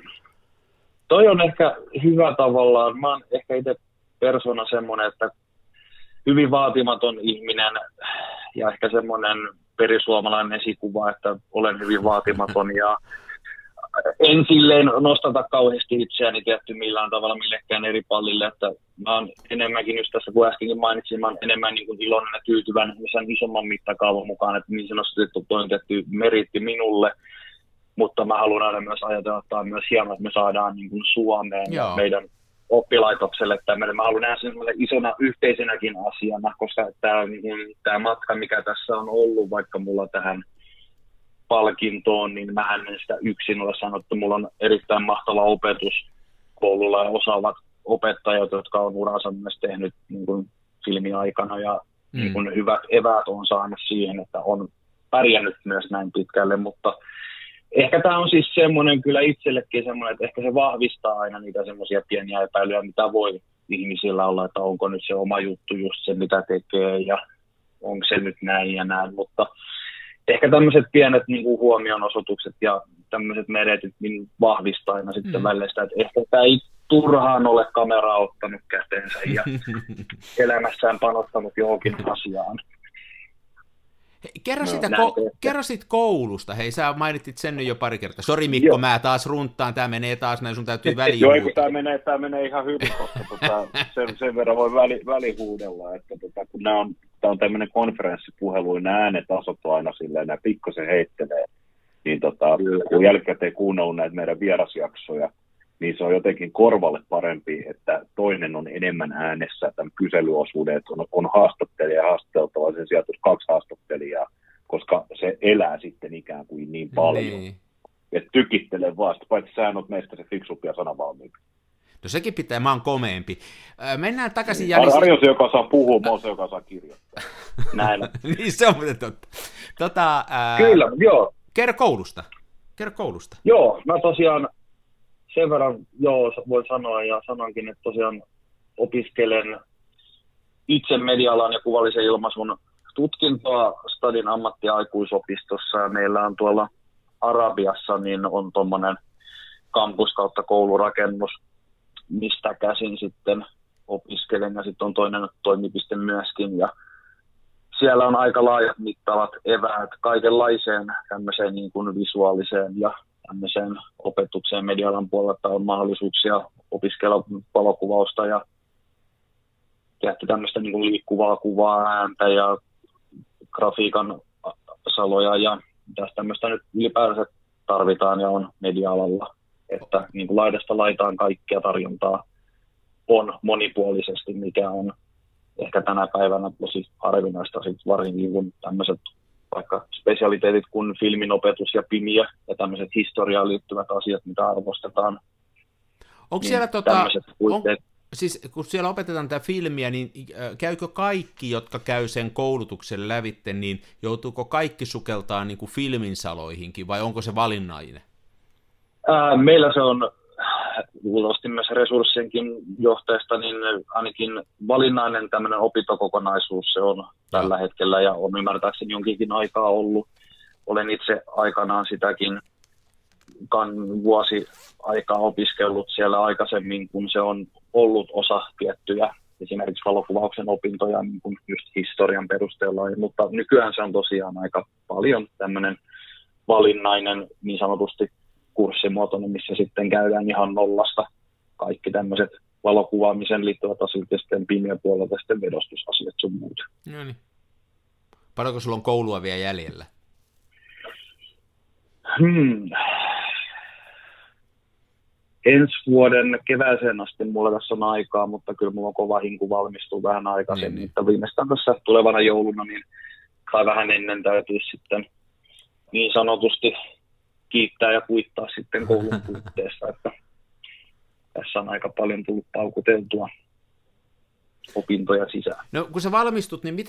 Toi on ehkä hyvä tavallaan. Mä oon ehkä itse persona semmoinen, että hyvin vaatimaton ihminen ja ehkä semmoinen perisuomalainen esikuva, että olen hyvin vaatimaton ja en silleen nostata kauheasti itseäni tietty millään tavalla millekään eri pallille, että mä oon enemmänkin just tässä, kun äskenkin mainitsin, mä oon enemmän niin kuin iloinen ja tyytyväinen sen isomman mittakaavan mukaan, että niin sanotusti on tehty meritti minulle, mutta mä haluan aina myös ajatella, että on myös hienoa, että me saadaan niin kuin Suomeen ja meidän oppilaitokselle tämmöinen. Mä haluan nähdä sen isona yhteisenäkin asiana, koska tämä matka, mikä tässä on ollut, vaikka mulla tähän palkintoon, niin mähän en sitä yksin ole sanottu. Mulla on erittäin mahtava opetus koululla ja osaavat opettajat, jotka on uransa myös tehnyt niin kuin filmiaikana ja niin kuin hyvät eväät on saanut siihen, että on pärjännyt myös näin pitkälle, mutta ehkä tämä on siis semmoinen kyllä itsellekin semmoinen, että ehkä se vahvistaa aina niitä semmoisia pieniä epäilyjä, mitä voi ihmisillä olla, että onko nyt se oma juttu just se, mitä tekee ja onko se nyt näin ja näin, mutta ehkä tämmöiset pienet niin kuin huomionosoitukset ja tämmöiset meretit niin vahvistaa aina sitten välillä sitä, että ehkä tämä ei turhaan ole kameraa ottanut käteensä ja elämässään panostanut johonkin asiaan. Kerro siitä koulusta. Hei, sä mainittit sen nyt jo pari kertaa. Sori Mikko, mä taas runtaan, tää menee taas näin, sun täytyy välihuudella. Joo, tää menee ihan hyvin, koska sen verran voi välihuudella, että kun tää on tämmöinen konferenssipuhelu, ja nämä äänetasot on aina silleen, nämä pikkasen heittelee, niin kun jälkikäteen kuunnellut näitä meidän vierasjaksoja, niin se on jotenkin korvalle parempi, että toinen on enemmän äänessä tämän kyselyosuuden, että on haastattelija ja haastateltava sen sijaan, että kaksi haastattelijaa, koska se elää sitten ikään kuin niin paljon. Niin. Että tykittelee vaan, paitsi sä oot meistä se fiksumpi ja sanavalmiimpi. No sekin pitää, mä oon komeempi. Mennään takaisin Jani. Arjo se, joka saa puhua, mä oon se, joka saa kirjoittaa. Näin. Niin se on muuten totta. Kyllä, joo. Kerro koulusta. Joo, mä tosiaan sen verran voin sanoa ja sanonkin, että tosiaan opiskelen itse media-alan ja kuvallisen ilmaisun tutkintoa Stadin ammattiaikuisopistossa ja meillä on tuolla Arabiassa niin on tuommoinen kampus kautta koulurakennus, mistä käsin sitten opiskelen ja sitten on toinen toimipiste myöskin ja siellä on aika laajat mittavat eväät kaikenlaiseen tämmöiseen niin kuin visuaaliseen ja tämmöiseen opetukseen media-alan puolella, että on mahdollisuuksia opiskella valokuvausta ja tehty tämmöistä niin kuin liikkuvaa kuvaa, ääntä ja grafiikan saloja ja tästä tämmöistä nyt ylipäänsä tarvitaan ja on media-alalla, että niin kuin laidasta laitaan kaikkia tarjontaa on monipuolisesti, mikä on ehkä tänä päivänä tosi harvinaista, varsinkin kun tämmöiset vaikka spesialiteetit kuin filminopetus ja pimiä ja tämmöiset historiaan liittyvät asiat, mitä arvostetaan. Onko niin siellä siis kun siellä opetetaan tätä filmiä, niin käykö kaikki, jotka käy sen koulutuksen lävitte, niin joutuuko kaikki sukeltaa niin kuin filmin saloihinkin vai onko se valinnainen? Meillä se on luultavasti myös resurssienkin johteesta, niin ainakin valinnainen tämmöinen opintokokonaisuus se on tällä hetkellä ja on ymmärtääkseni jonkinkin aikaa ollut. Olen itse aikanaan sitäkin vuosi aikaa opiskellut siellä aikaisemmin, kun se on ollut osa tiettyjä esimerkiksi valokuvauksen opintoja niin kuin just historian perusteella, mutta nykyään se on tosiaan aika paljon tämmöinen valinnainen niin sanotusti kurssimuotoinen, missä sitten käydään ihan nollasta kaikki tämmöiset valokuvaamiseen liittyvät asiat ja sitten pimeä puolelta sitten vedostusasiat sun muut. No niin. Paljonko sulla on koulua vielä jäljellä? Ensi vuoden kevääseen asti mulla tässä on aikaa, mutta kyllä mulla on kova hinku valmistua vähän aikaisemmin. Niin. Mutta viimeistään tässä tulevana jouluna, niin tai vähän ennen täytyy sitten niin sanotusti kiittää ja kuittaa sitten koulun puitteissa, että tässä on aika paljon tullut paukuteltua opintoja sisään. No kun sä valmistut, niin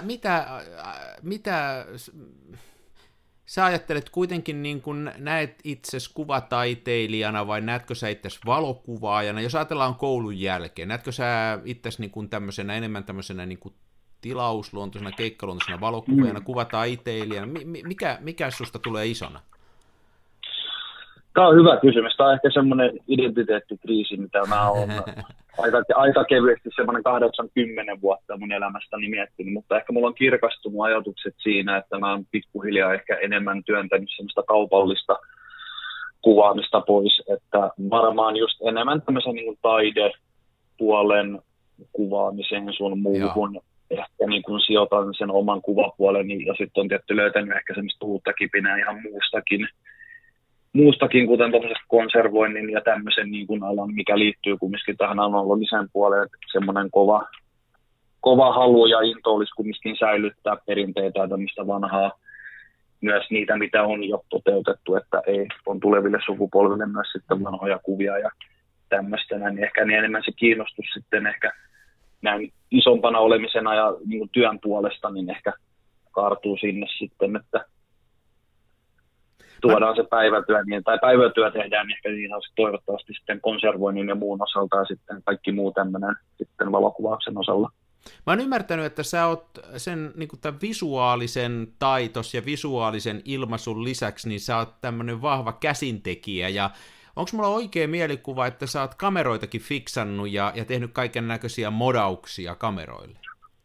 mitä sä ajattelet kuitenkin, niin kun näet itsesi kuvataiteilijana vai näetkö sä itsesi valokuvaajana? Jos ajatellaan koulun jälkeen, näetkö sä itsesi niin kun enemmän tämmöisenä niin kun tilausluontoisena, keikkaluontoisena valokuvaajana, kuvataiteilijana? Mikä susta tulee isona? Tämä on hyvä kysymys. Tämä on ehkä semmoinen identiteettikriisi, mitä mä oon aika kevyesti semmoinen 80 vuotta mun elämästäni miettinyt, mutta ehkä mulla on kirkastunut ajatukset siinä, että mä oon pikkuhiljaa ehkä enemmän työntänyt semmoista kaupallista kuvaamista pois, että varmaan just enemmän tämmöisen niin kuin taidepuolen kuvaamiseen sun muuhun. Ehkä niin kuin sijoitan sen oman kuvapuoleni ja sitten on tietty löytänyt ehkä semmoista uutta kipinää ihan muustakin, kuten tuollaisesta konservoinnin ja tämmöisen niin kuin alan, mikä liittyy kumminkin tähän analogisen puoleen, että semmoinen kova halu ja into olisi kumminkin säilyttää perinteitä ja tämmöistä vanhaa, myös niitä, mitä on jo toteutettu, että ei on tuleville sukupolville myös sitten vanhoja kuvia ja tämmöistä, niin ehkä niin enemmän se kiinnostus sitten ehkä näin isompana olemisena ja niin kuin työn puolesta, niin ehkä kaartuu sinne sitten, että tuodaan se päivätyö, tai päivätyö tehdään ehkä niin toivottavasti sitten konservoinnin ja muun osalta ja sitten kaikki muu tämmöinen sitten valokuvauksen osalla. Mä oon ymmärtänyt, että sä oot sen niin kuin tämän visuaalisen taitos ja visuaalisen ilmaisun lisäksi, niin sä oot tämmöinen vahva käsintekijä ja onko mulla oikea mielikuva, että sä oot kameroitakin fiksannut ja tehnyt kaiken näköisiä modauksia kameroille?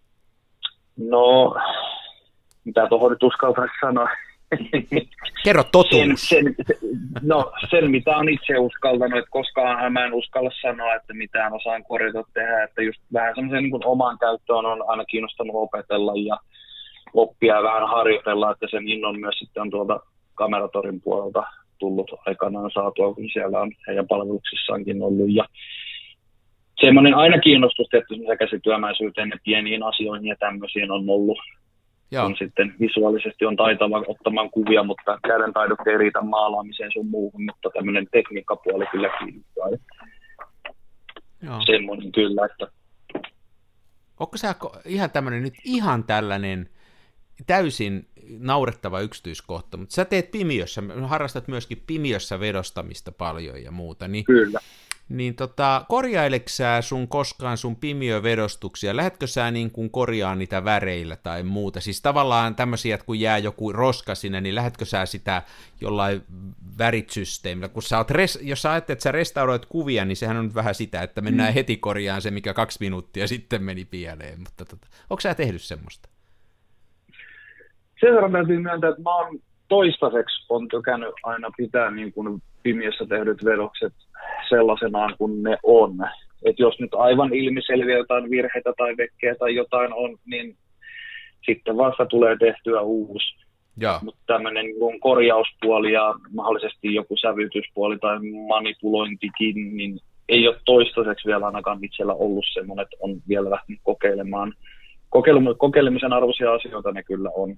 Mitä tuohon nyt uskaltaisi sanoa? Kerro totuus. Sen mitä on itse uskaltanut, että koskaan mä en uskalla sanoa, että mitään osaan korjata tehdä, että just vähän semmoisen niin kuin omaan käyttöön on aina kiinnostanut opetella ja oppia ja vähän harjoitella, että sen innon myös sitten on tuolta Kameratorin puolelta tullut aikanaan saatua, kun siellä on heidän palveluksissaankin ollut ja semmoinen aina kiinnostus tietysti käsityömäisyyteen ja pieniin asioihin ja tämmöisiin on ollut. Kun sitten visuaalisesti on taitava ottamaan kuvia, mutta kädentaidot ei riitä maalaamiseen sun muuhun, mutta tämmöinen tekniikkapuoli kyllä kiinnostaa. Semmoinen kyllä, että... Onko sä ihan tämmöinen nyt ihan tällainen täysin naurettava yksityiskohta, mutta sä teet pimiössä, harrastat myöskin pimiössä vedostamista paljon ja muuta, niin... Kyllä. Niin korjaileksä sä koskaan sun pimiövedostuksia? Lähdetkö sä niin kuin korjaan niitä väreillä tai muuta? Siis tavallaan tämmöisiä, että kun jää joku roska sinne, niin lähdetkö sä sitä jollain väritsysteemillä? Kun jos sä ajattelet, että sä restauroit kuvia, niin sehän on vähän sitä, että mennään heti korjaan se, mikä 2 minuuttia sitten meni pieleen. Mutta onko sä tehnyt semmoista? Sen verran täytyy myöntää, että mä oon toistaiseksi on tykännyt aina pitää niin kuin pimiössä tehdyt vedokset sellaisenaan kuin ne on. Et jos nyt aivan ilmiselviä jotain virheitä tai vekkejä tai jotain on, niin sitten vasta tulee tehtyä uusi. Mutta tämmöinen niin korjauspuoli ja mahdollisesti joku sävytyspuoli tai manipulointikin, niin ei ole toistaiseksi vielä ainakaan itsellä ollut semmoinen, että on vielä lähtenyt kokeilemaan. Kokeilemisen arvoisia asioita ne kyllä on.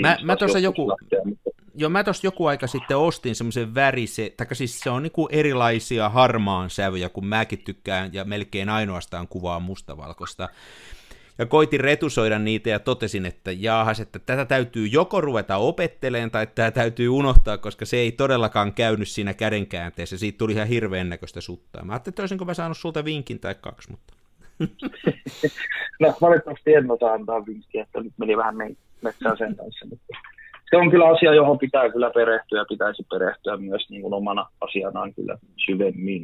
Mä tuossa joku aika sitten ostin semmoisen siis se on niinku erilaisia harmaan sävyjä, kun mäkin tykkään ja melkein ainoastaan kuvaa mustavalkoista. Ja koitin retusoida niitä ja totesin, että jaahas, että tätä täytyy joko ruveta opettelemaan tai tämä täytyy unohtaa, koska se ei todellakaan käynyt siinä kädenkäänteessä. Siitä tuli ihan hirveän näköistä suttaa. Mä ajattelin, että olisinko mä saanut sulta vinkin tai 2, mutta... No valitettavasti en osaa antaa vinkkiä, että nyt meni vähän metsään sen kanssa. Se on kyllä asia, johon pitää kyllä perehtyä ja pitäisi perehtyä myös niin kuin omana asianaan kyllä syvemmin.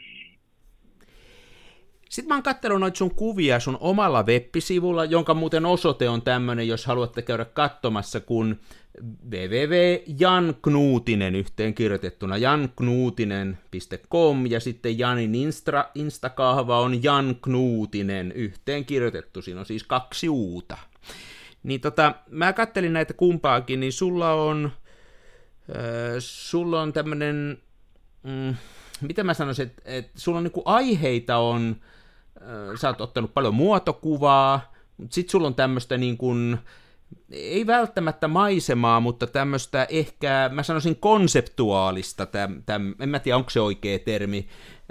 Sitten mä oon katsellut noita sun kuvia sun omalla web-sivulla, jonka muuten osoite on tämmöinen, jos haluatte käydä katsomassa, kun www.janknuutinen yhteen kirjoitettuna janknuutinen.com ja sitten Janin Instakahva on Jan Knuutinen yhteen kirjoitettu, siinä on siis 2 uuta. Niin mä kattelin näitä kumpaakin, niin sulla on tämmönen, mitä mä sanoisin, että sulla on niinku aiheita sä oot ottanut paljon muotokuvaa, mutta sit sulla on tämmöistä niinku, ei välttämättä maisemaa, mutta tämmöistä ehkä, mä sanoisin konseptuaalista, en mä tiedä, onko se oikea termi.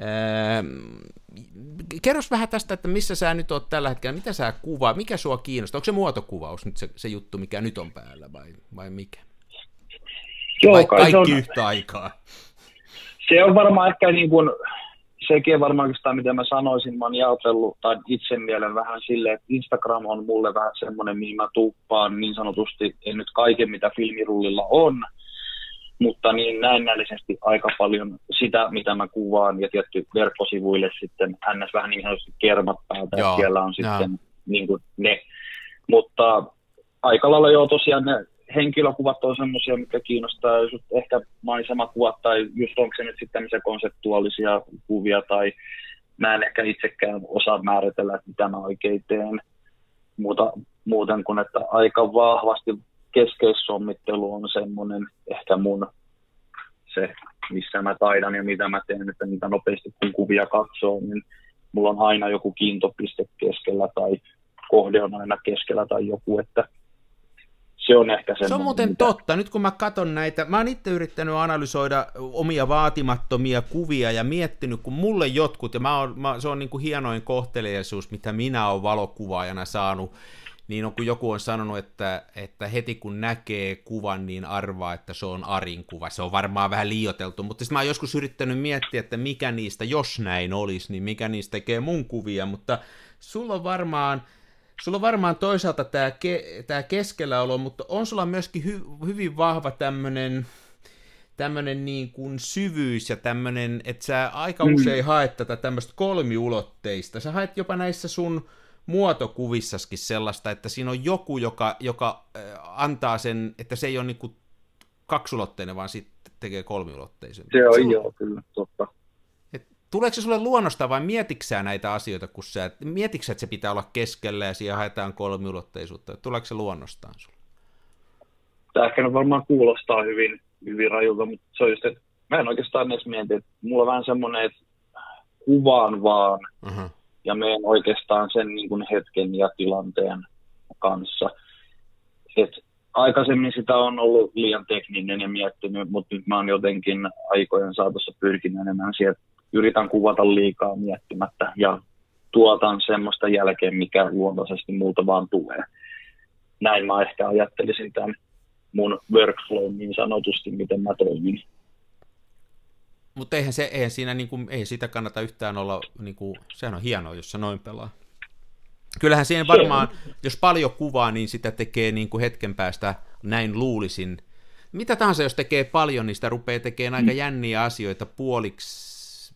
Kerros vähän tästä, että missä sä nyt oot tällä hetkellä, mitä sä kuvaa, mikä sua kiinnostaa, onko se muotokuvaus nyt se juttu, mikä nyt on päällä vai mikä? Joo, vai kaikki on, yhtä aikaa? Se on varmaan ehkä niin kuin, sekin varmaan oikeastaan, mitä mä sanoisin, mä oon jaotellut, tai itse mielen vähän silleen, että Instagram on mulle vähän semmoinen, mihin mä tuppaan niin sanotusti, en nyt kaiken, mitä filmirullilla on, mutta niin näennällisesti aika paljon sitä, mitä mä kuvaan, ja tietty verkkosivuille sitten ns. Vähän niin sanotusti kermat päältä, ja siellä on sitten niin kuin ne. Mutta aika lailla joo tosiaan ne henkilökuvat on semmoisia, mitkä kiinnostaa, jos ehkä maisemakuvat, tai just onko se nyt sitten tämmöisiä konseptuaalisia kuvia, tai mä en ehkä itsekään osaa määritellä, että mitä mä oikein teen, muuten kuin, että aika vahvasti keskeissommittelu on semmoinen ehkä mun se, missä mä taidan ja mitä mä teen, että mitä nopeasti kun kuvia katsoo, niin mulla on aina joku kiintopiste keskellä tai kohde on aina keskellä tai joku, että se on ehkä semmoinen. Se on muuten totta. Nyt kun mä katson näitä, mä oon itse yrittänyt analysoida omia vaatimattomia kuvia ja miettinyt, kun mulle jotkut, ja se on niin kuin hienoin kohteliaisuus, mitä minä oon valokuvaajana saanut, niin on kun joku on sanonut, että heti kun näkee kuvan, niin arvaa, että se on Arin kuva. Se on varmaan vähän liioiteltu, mutta mä oon joskus yrittänyt miettiä, että mikä niistä, jos näin olisi, niin mikä niistä tekee mun kuvia, mutta sulla on varmaan toisaalta tämä keskelläolo, mutta on sulla myöskin hyvin vahva tämmöinen niin kuin syvyys ja tämmöinen, että sä aika usein haet tätä tämmöistä kolmiulotteista. Sä haet jopa näissä sun muotokuvissakin sellaista, että siinä on joku, joka antaa sen, että se ei ole niin kuin kaksulotteinen, vaan sitten tekee kolmiulotteisen. Se on joo, kyllä, totta. Tuleeko se sulle luonnosta vai mietitkö sä näitä asioita, kun mietitkö sä, että se pitää olla keskellä ja siihen haetaan kolmiulotteisuutta? Tuleeko se luonnostaan sulle? Tämä ehkä varmaan kuulostaa hyvin rajulta, mutta se on just, että mä en oikeastaan edes mieti, että mulla on vähän semmoinen, että kuvaan vaan ja menen oikeastaan sen niin kuin hetken ja tilanteen kanssa. Et aikaisemmin sitä on ollut liian tekninen ja miettinyt, mutta nyt mä oon jotenkin aikojen saatossa pyrkinyt enemmän siihen, että yritän kuvata liikaa miettimättä ja tuotan semmoista jälkeen, mikä luontaisesti multa vaan tulee. Näin mä ehkä ajattelisin tämän mun workflow niin sanotusti, miten mä toimin. Mutta eihän siinä ei sitä kannata yhtään olla, sehän on hienoa, jos se noin pelaa. Kyllähän siihen varmaan, jos paljon kuvaa, niin sitä tekee hetken päästä, näin luulisin. Mitä tahansa, jos tekee paljon, niin sitä rupeaa tekemään aika jänniä asioita puoliksi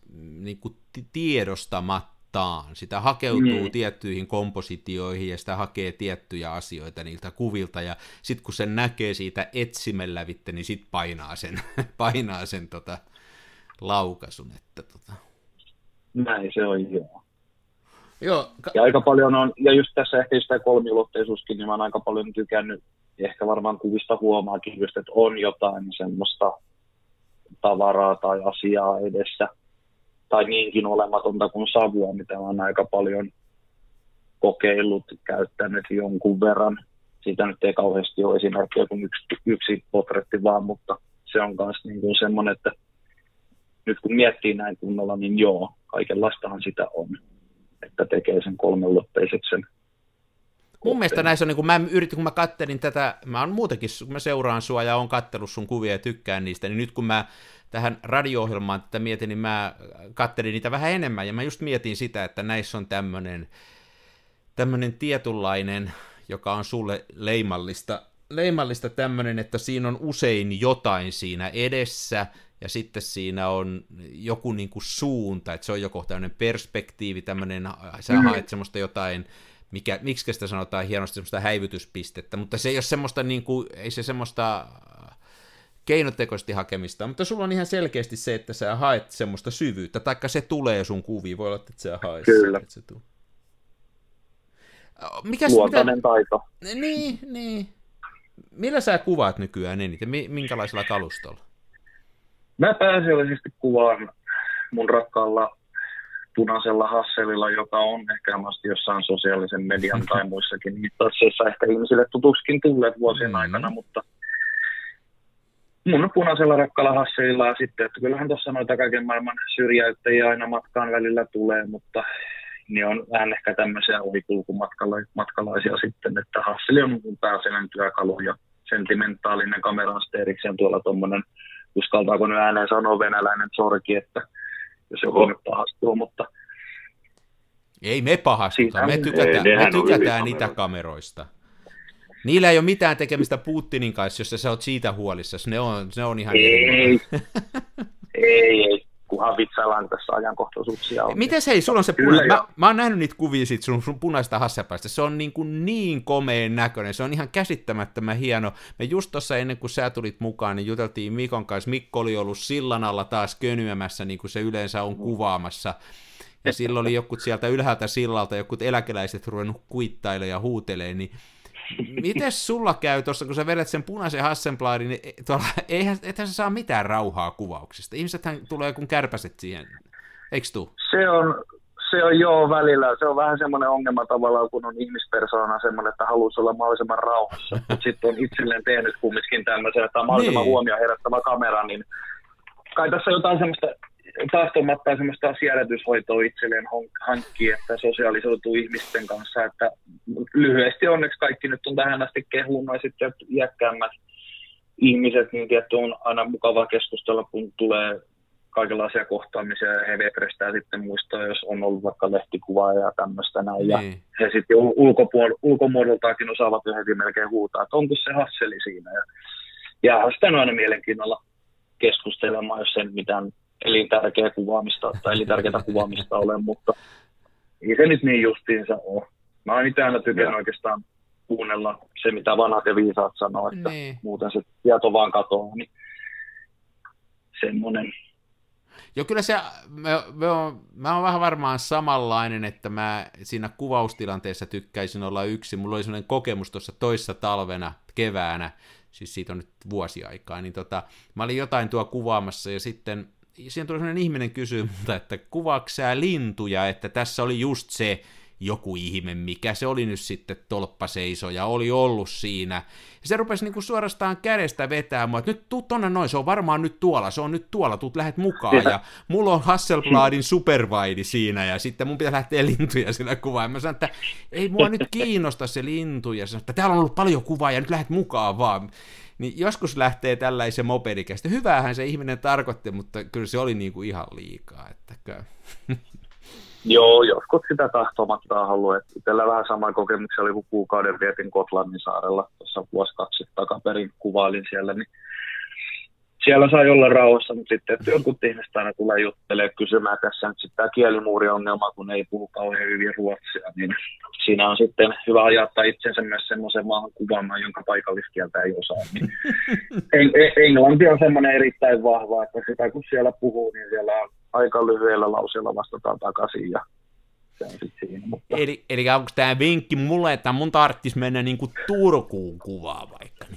tiedostamattaan. Sitä hakeutuu tiettyihin kompositioihin ja sitä hakee tiettyjä asioita niiltä kuvilta, ja sitten kun sen näkee siitä etsimellä lävitte, niin sitten painaa sen laukaisun. Näin se on, joo. Joo. Ja aika paljon on, ja just tässä ehkä sitä kolmiulotteisuuskin, niin mä oon aika paljon tykännyt, ehkä varmaan kuvista huomaakin just, että on jotain semmoista tavaraa tai asiaa edessä, tai niinkin olematonta kuin savua, mitä mä oon aika paljon kokeillut, käyttänyt jonkun verran. Siitä nyt ei kauheasti ole esimerkkiä kuin yksi portretti vaan, mutta se on myös niin kuin semmoinen, että nyt kun miettii näin kunnolla, niin joo, kaikenlaistahan sitä on, että tekee sen kolmeluotteiseksi sen. Mun mielestä näissä on, kun mä kattelin tätä, mä oon muutenkin, kun mä seuraan sua ja oon kattellut sun kuvia ja tykkään niistä, niin nyt kun mä tähän radio-ohjelmaan tätä mietin, niin mä kattelin niitä vähän enemmän, ja mä just mietin sitä, että näissä on tämmönen tietynlainen, joka on sulle leimallista tämmönen, että siinä on usein jotain siinä edessä, ja sitten siinä on joku niinku suunta, että se on joko tämmöinen perspektiivi, tämmöinen, sä haet semmoista jotain, miksi sitä sanotaan hienosti, semmoista häivytyspistettä, mutta se ei ole semmoista, ei se semmoista keinotekoisesti hakemista, mutta sulla on ihan selkeästi se, että sä haet semmoista syvyyttä, taikka se tulee sun kuviin, voi olla, että sä haet. Kyllä. Se luontainen taito. Niin. Millä sä kuvaat nykyään eniten? Minkälaisella kalustolla? Mä pääasiallisesti kuvaan mun rakkaalla punaisella Hasselilla, joka on ehkä mahdollisesti jossain sosiaalisen median tai muissakin mittaisissa ehkä ihmisille tutuskin tulleet vuosien aikana, mutta mun punaisella rakkaalla Hasselilla ja sitten, että kyllähän tuossa noita kaiken maailman syrjäyttäjiä aina matkaan välillä tulee, mutta ne on vähän ehkä tämmöisiä ohikulkumatkalaisia sitten, että Hasseli on mun pääasiallinen työkalu ja sentimentaalinen kamera sitten erikseen tuolla tuommoinen, uskaltaako nyt ääneen sanoa venäläinen sorki, että jos joku nyt pahastuu, mutta ei me pahastuta, me tykätään Itäkameroista. Niillä ei ole mitään tekemistä Putinin kanssa, jos sä oot siitä huolissasi, ne on ihan ei, kunhan vitsaillaan tässä ajankohtaisuuksia on. Mites hei, sulla on se mä oon nähnyt niitä kuvia siitä sun punaista Hasselbladista, se on niin komeen näköinen, se on ihan käsittämättömän hieno. Me just tuossa ennen kuin sä tulit mukaan, niin juteltiin Mikon kanssa, Mikko oli ollut sillan alla taas könyämässä, niin kuin se yleensä on kuvaamassa, ja silloin oli jokut sieltä ylhäältä sillalta, jokut eläkeläiset ruvennut kuittailemaan ja huutelee, niin mites sulla käy tuossa, kun sä vedät sen punaisen Hasselbladin, niin ethän sä saa mitään rauhaa kuvauksista. Ihmisethän tulee kun kärpäset siihen, eikö tuu? Se on joo välillä. Se on vähän semmoinen ongelma tavallaan, kun on ihmispersoona semmoinen, että haluaisi olla mahdollisimman rauhassa. Mutta sitten on itselleen tehnyt kumminkin tämmöisen, että on mahdollisimman huomioon herättävä kamera, niin kai tässä jotain semmoista tahtomattaan semmoista siedätyshoitoa itselleen hankkii, että sosiaalisoituu ihmisten kanssa, että lyhyesti onneksi kaikki nyt on tähän asti kehunut ja sitten iäkkäämmät ihmiset, niin tietty on aina mukava keskustella, kun tulee kaikenlaisia kohtaamisia ja he veprestää sitten muistaa, jos on ollut vaikka lehtikuvaa ja tämmöistä näin. Ja he sitten ulkomuodoltaakin osaavat jo heti melkein huutaa, että onko se Hasseli siinä. Ja sitä on aina mielenkiinnolla keskustelemaan, jos sen mitään elintärkeää kuvaamista ole, mutta ei se nyt niin justiinsa ole. Mä oon itse aina tykännyt oikeastaan kuunnella se, mitä vanhat ja viisaat sanoo, että muuten se tieto vaan katoaa, niin semmoinen. Joo, kyllä se, mä oon vähän varmaan samanlainen, että mä siinä kuvaustilanteessa tykkäisin olla yksin. Mulla oli sellainen kokemus tuossa toissa talvena, keväänä, siis siitä on nyt vuosi aikaa, niin mä olin jotain tuo kuvaamassa ja sitten siihen tuli sellainen ihminen kysyä multa, että kuvaatko sä lintuja, että tässä oli just se joku ihme, mikä se oli nyt sitten tolppaseiso ja oli ollut siinä. Ja se rupesi niinku suorastaan kädestä vetää mua, että nyt tuu tonne noin, se on varmaan nyt tuolla, tuut lähet mukaan. Ja mulla on Hasselbladin superwide siinä ja sitten mun pitää lähteä lintuja siinä kuvaan. Mä sanoin, että ei mua nyt kiinnosta se lintu ja sanoin, että täällä on ollut paljon kuvaa ja nyt lähet mukaan vaan. Niin joskus lähtee tällaisen mopedikästä. Hyvähän se ihminen tarkoitti, mutta kyllä se oli niinku ihan liikaa. Että Joo, joskus sitä tahtomattaa haluaa. Itsellä vähän sama kokemuksia oli, kun kuukauden vietin Gotlannin saarella. Tuossa vuosi 2 takaperin kuvailin siellä, niin siellä sai olla rauhassa, mutta sitten että jotkut ihmiset aina tulee juttelemaan kysymään tässä nyt sitten tämä kielimuuriongelma, kun ei puhu kauhean hyvin ruotsia, niin siinä on sitten hyvä ajattaa itsensä myös semmoisen maahan kuvaamaan, jonka paikalliskieltä ei osaa. Niin englanti on semmoinen erittäin vahva, että sitä kun siellä puhuu, niin siellä on aika lyhyellä lauseella vastataan takaisin ja se on sitten siinä. Mutta eli onko tämä vinkki mulle, että mun tarvitsisi mennä niin kuin Turkuun kuvaa vaikka?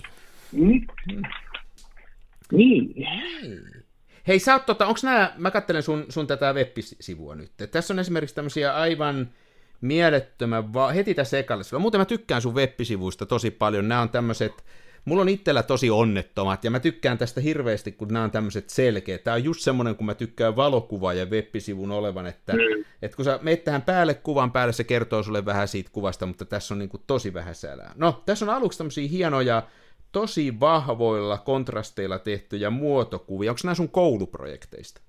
Niin. Hei, sä oot onks mä katselen sun tätä web-sivua nyt. Tässä on esimerkiksi tämmöisiä aivan mielettömän, heti tässä ekalla. Muuten mä tykkään sun web-sivuista tosi paljon. Nämä on tämmöiset, mulla on itsellä tosi onnettomat, ja mä tykkään tästä hirveästi, kun nämä on tämmöiset selkeät. Tää on just semmoinen, kun mä tykkään valokuva ja web-sivun olevan, että kun sä meet tähän päälle kuvan päälle, se kertoo sulle vähän siitä kuvasta, mutta tässä on niinku tosi vähän sälää. No, tässä on aluksi tämmöisiä hienoja, tosi vahvoilla kontrasteilla tehtyjä muotokuvia. Onko nämä sun kouluprojekteista?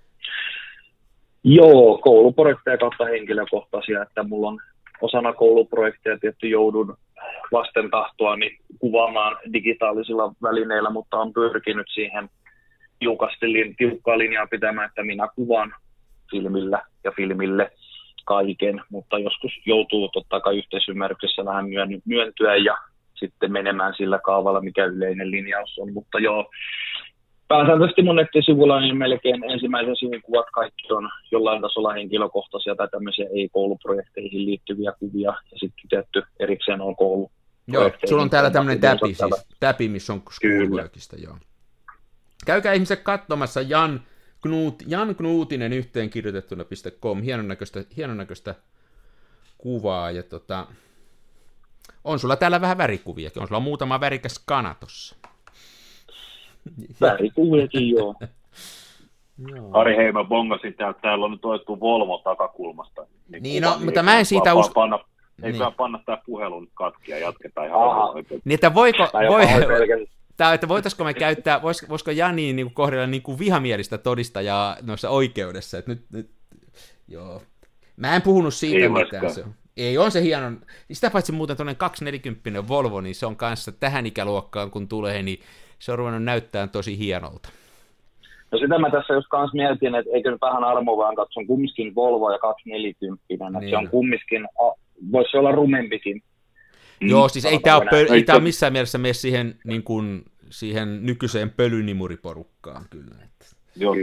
Joo, kouluprojekteja kautta henkilökohtaisia, että mulla on osana kouluprojekteja tietty joudun vasten tahtoani kuvaamaan digitaalisilla välineillä, mutta on pyrkinyt siihen tiukkaa linjaa pitämään, että minä kuvaan filmillä ja filmille kaiken, mutta joskus joutuu totta kai yhteisymmärryksessä vähän myöntyä ja sitten menemään sillä kaavalla, mikä yleinen linjaus on, mutta joo, pääsääntöisesti mun nettisivulla niin melkein ensimmäisen sivun kuvat kaikki on jollain tasolla henkilökohtaisia tai tämmöisiä ei-kouluprojekteihin liittyviä kuvia, ja sitten tietty erikseen on koulu. Joo, sulla on täällä tämmöinen täpi, missä on Schoolworkista, joo. Käykää ihmiset katsomassa Jan Knutinen yhteenkirjoitettuna.com, hienonnäköistä kuvaa, ja on sulla täällä vähän värikuviakin, on sulla muutama värikäs kana tossa. Värikuviakin, joo. Ari, hei, mä bongasin täällä on nyt otettu Volvo takakulmasta. Niin, no, mutta mä en siitä usko. Ei saa panna tää puhelu nyt katki ja jatketaan ihan oikein. Niin, että voitaisiko me käyttää, voisiko Jani niin kohdella niin kuin vihamielistä todistajaa noissa oikeudessa, että nyt joo. Mä en puhunut siitä mitään. Ei, on se hieno. Sitä paitsi muuten tuollainen 240 Volvo, niin se on kanssa tähän ikäluokkaan, kun tulee, niin se on ruvennut näyttämään tosi hienolta. No sitä mä tässä just kanssa mietin, että eikö nyt vähän armoa vaan katson kumminkin Volvo ja 240, että niin. Se on kumminkin, voisi olla rumempikin. Joo, siis ei tämä ole missään mielessä mene siihen, niin kuin, siihen nykyiseen pölynimuriporukkaan kyllä. Joo,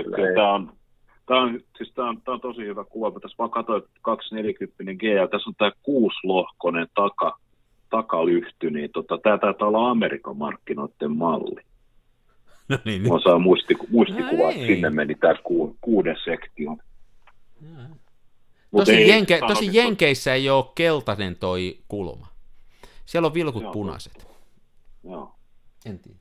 tämä on tosi hyvä kuva. Tässä vaan katsoin 240 G, ja tässä on tämä 6-lohkoinen takalyhty, niin tämä taitaa olla Amerikan markkinoiden malli. No niin, mä saan muistikuva, että sinne meni tämä 6 sektion. Tosi Jenkeissä ei ole keltainen toi kulma. Siellä on vilkut punaiset. Joo. En tiedä.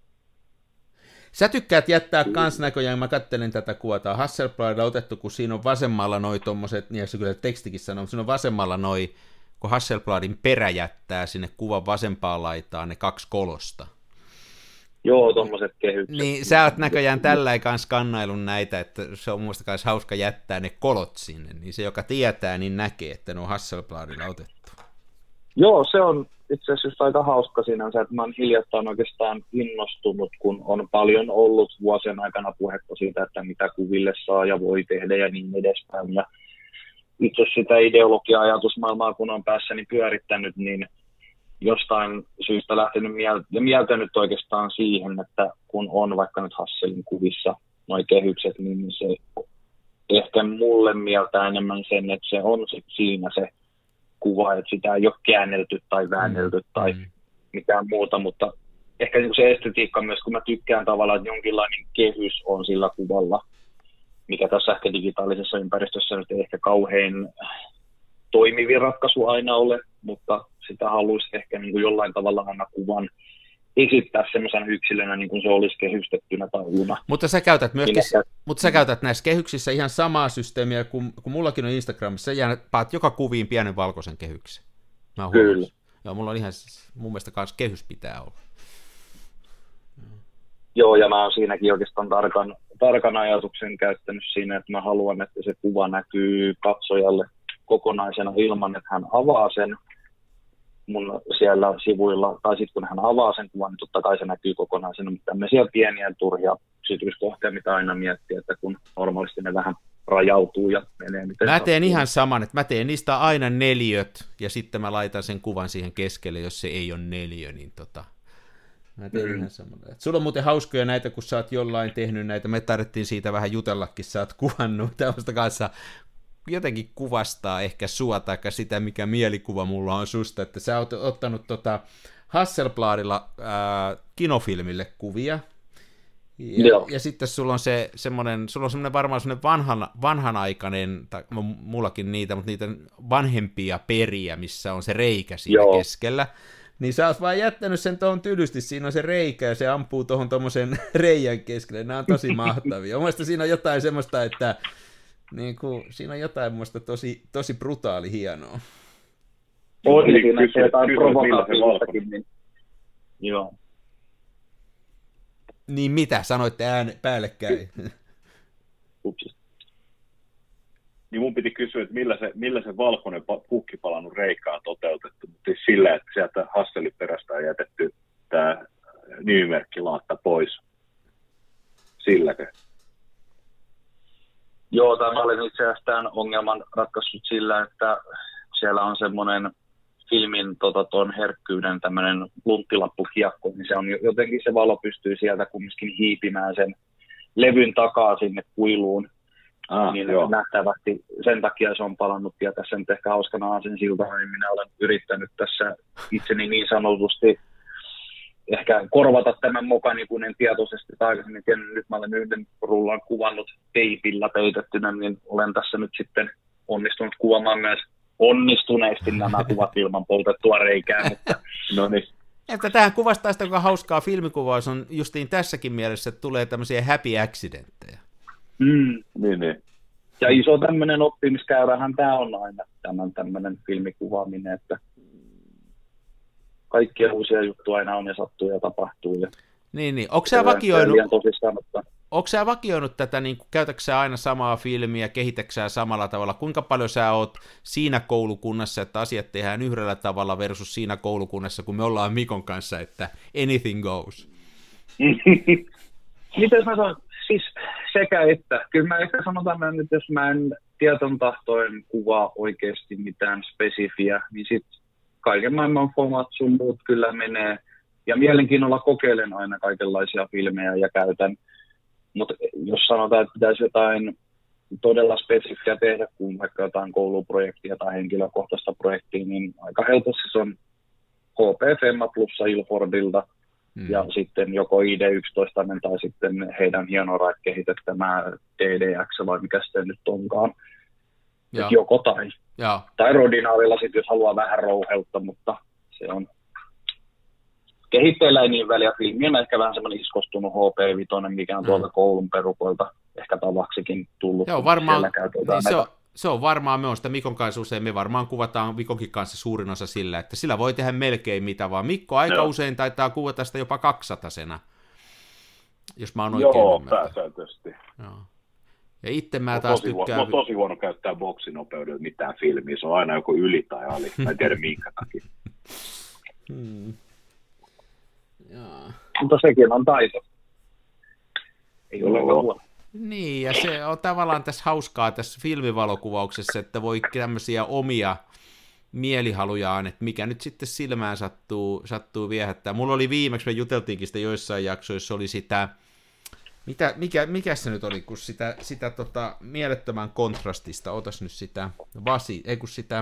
Sä tykkäät jättää kans näköjään, mä katselen tätä kuvaa, Hasselbladilla otettu, kun siinä on vasemmalla noi tommoset, niin se kyllä tekstikin sanoo, mutta siinä on vasemmalla noi, kun Hasselbladin perä jättää sinne kuvan vasempaan laitaan ne 2 kolosta. Joo, tommoset kehykset. Niin sä oot näköjään tällä kanssa kannailun näitä, että se on muista kanssa hauska jättää ne kolot sinne, niin se joka tietää, niin näkee, että ne on Hasselbladilla otettu. Joo, se on itse asiassa aika hauska sinänsä, että mä oon hiljattain oikeastaan innostunut, kun on paljon ollut vuosien aikana puhetta siitä, että mitä kuville saa ja voi tehdä ja niin edespäin. Ja itse sitä ideologia-ajatusmaailmaa, kun on päässäni pyörittänyt, niin jostain syystä lähtenyt ja mieltänyt oikeastaan siihen, että kun on vaikka nyt Hasselin kuvissa nuo kehykset, niin se ehkä mulle mieltää enemmän sen, että se on siinä se kuva, että sitä ei ole käännelty tai väännelty tai mitään muuta, mutta ehkä se estetiikka myös, kun mä tykkään tavallaan, että jonkinlainen kehys on sillä kuvalla, mikä tässä ehkä digitaalisessa ympäristössä nyt ei ehkä kauhean toimivin ratkaisu aina ole, mutta sitä haluaisi ehkä niin kuin jollain tavalla aina kuvan esittää semmoisena yksilönä, niin kuin se olisi kehystettynä tai uluna. Mutta sä käytät näissä kehyksissä ihan samaa systeemiä, kun mullakin on Instagramissa, sä paat joka kuviin pienen valkoisen kehyksen. Kyllä. Joo, mulla on ihan, mun mielestä kanssa kehys pitää olla. Joo, ja mä oon siinäkin oikeastaan tarkan ajatuksen käyttänyt siinä, että mä haluan, että se kuva näkyy katsojalle kokonaisena ilman, että hän avaa sen mun siellä sivuilla, tai sitten kun hän avaa sen kuvan, niin totta kai se näkyy kokonaisena, mutta tämmöisiä pieniä turhia yksityiskohtia, mitä aina miettii, että kun normaalisti ne vähän rajautuu ja menee miten mä teen ihan saman, että mä teen niistä aina 4, ja sitten mä laitan sen kuvan siihen keskelle, jos se ei ole 4, niin mä teen ihan saman. Sulla on muuten hauskoja näitä, kun sä oot jollain tehnyt näitä, me tarvittiin siitä vähän jutellakin, sä oot kuvannut tämmöistä kanssa, jotenkin kuvastaa ehkä sua tai sitä, mikä mielikuva mulla on susta, että sä oot ottanut Hasselbladilla kinofilmille kuvia, ja sitten sulla on semmoinen varmaan semmoinen vanhanaikainen, tai mullakin niitä, mutta niitä vanhempia periä, missä on se reikä siinä keskellä, niin sä oot vaan jättänyt sen tuohon tylysti, siinä on se reikä, ja se ampuu tuohon tommosen reijän keskelle, nämä on tosi mahtavia. Mielestäni siinä on jotain semmoista, että niin kuin, siinä on jotain muista tosi brutaali hienoa. On siinä jotain provokatiivistakin, niin joo. Niin mitä, sanoitte päällekkäin? Niin mun piti kysyä, että millä se valkoinen pukkipalannut reikä on toteutettu, mutta siis sillä, että sieltä Hasselin perästä on jätetty tämä nimimerkkilaatta pois. Silläkö? Joo, mä olin itse asiassa tämän ongelman ratkaissut sillä, että siellä on semmoinen filmin tuon herkkyyden tämmöinen lunttilappukiekko, niin se on jotenkin se valo pystyy sieltä kumminkin hiipimään sen levyn takaa sinne kuiluun. Niin nähtävästi sen takia se on palannut, ja tässä nyt ehkä hauskana aasinsiltana, niin minä olen yrittänyt tässä itseni niin sanotusti ehkä korvata tämän mokani, kun en tietoisesti tai aikaisemmin tiennyt. Nyt mä olen yhden rullan kuvannut teipillä peitettynä, niin olen tässä nyt sitten onnistunut kuvaamaan myös onnistuneesti nämä kuvat ilman poltettua reikää. Mutta, no niin. Että tähän kuvastaa sitä, kuinka hauskaa filmikuvaus on justiin tässäkin mielessä, että tulee tämmöisiä happy accidenttejä. Niin. Ja iso tämmöinen oppimiskäyrähän tämä on aina, tämän tämmöinen filmikuvaaminen, että kaikkia uusia juttuja aina on ja sattuu ja tapahtuu. Ja niin. Onko sä vakioinut tätä, niin käytätkö sä aina samaa filmiä, kehitätkö sä samalla tavalla? Kuinka paljon sä oot siinä koulukunnassa, että asiat tehdään yhdellä tavalla versus siinä koulukunnassa, kun me ollaan Mikon kanssa, että anything goes? Miten mä sanon? Siis sekä että. Kyllä mä ehkä sanotaan näin, että jos mä en tieton tahtoen kuvaa oikeasti mitään spesifiä, niin sitten kaiken maailman format sun muut kyllä menee. Ja mielenkiinnolla kokeilen aina kaikenlaisia filmejä ja käytän. Mutta jos sanotaan, että pitäisi jotain todella spesifiä tehdä, kuin vaikka jotain kouluprojektia tai henkilökohtaista projektia, niin aika helposti se on HP Femma plussa Ilfordilta. Ja sitten joko ID11 tai sitten heidän hienoraat kehitettämää DDX vai mikä sitten nyt onkaan. Joko tai. Ja. Tai Rodinaalilla sitten, jos haluaa vähän rouheutta, mutta se on kehitteillä ei niin väliä. Filmi on ehkä vähän semmoinen iskostunut HP5, mikä on tuolta koulun perukoilta ehkä tavaksikin tullut. Joo, varmaan, se on varmaan, me on sitä Mikon kanssa usein, me varmaan kuvataan Mikonkin kanssa suurin osa sillä, että sillä voi tehdä melkein mitä vaan. Mikko aika usein taitaa kuvata sitä jopa 200-sena, jos mä oon oikein ymmärtänyt. Pääsääntöisesti. Joo. Ja itse mä taas tykkään. Mä oon tosi huono käyttää boksinopeudella mitään filmiä, se on aina joku yli tai ali, mä en tiedä minkä takia. Mutta sekin on taito. Ei ole huono. Niin, ja se on tavallaan tässä hauskaa tässä filmivalokuvauksessa, että voi tämmöisiä omia mielihalujaan, että mikä nyt sitten silmään sattuu viehättää. Mulla oli viimeksi, me juteltiinkin sitä joissain jaksoissa, oli sitä, mikä se nyt oli, kun sitä mielettömän kontrastista, otas nyt sitä, sitä,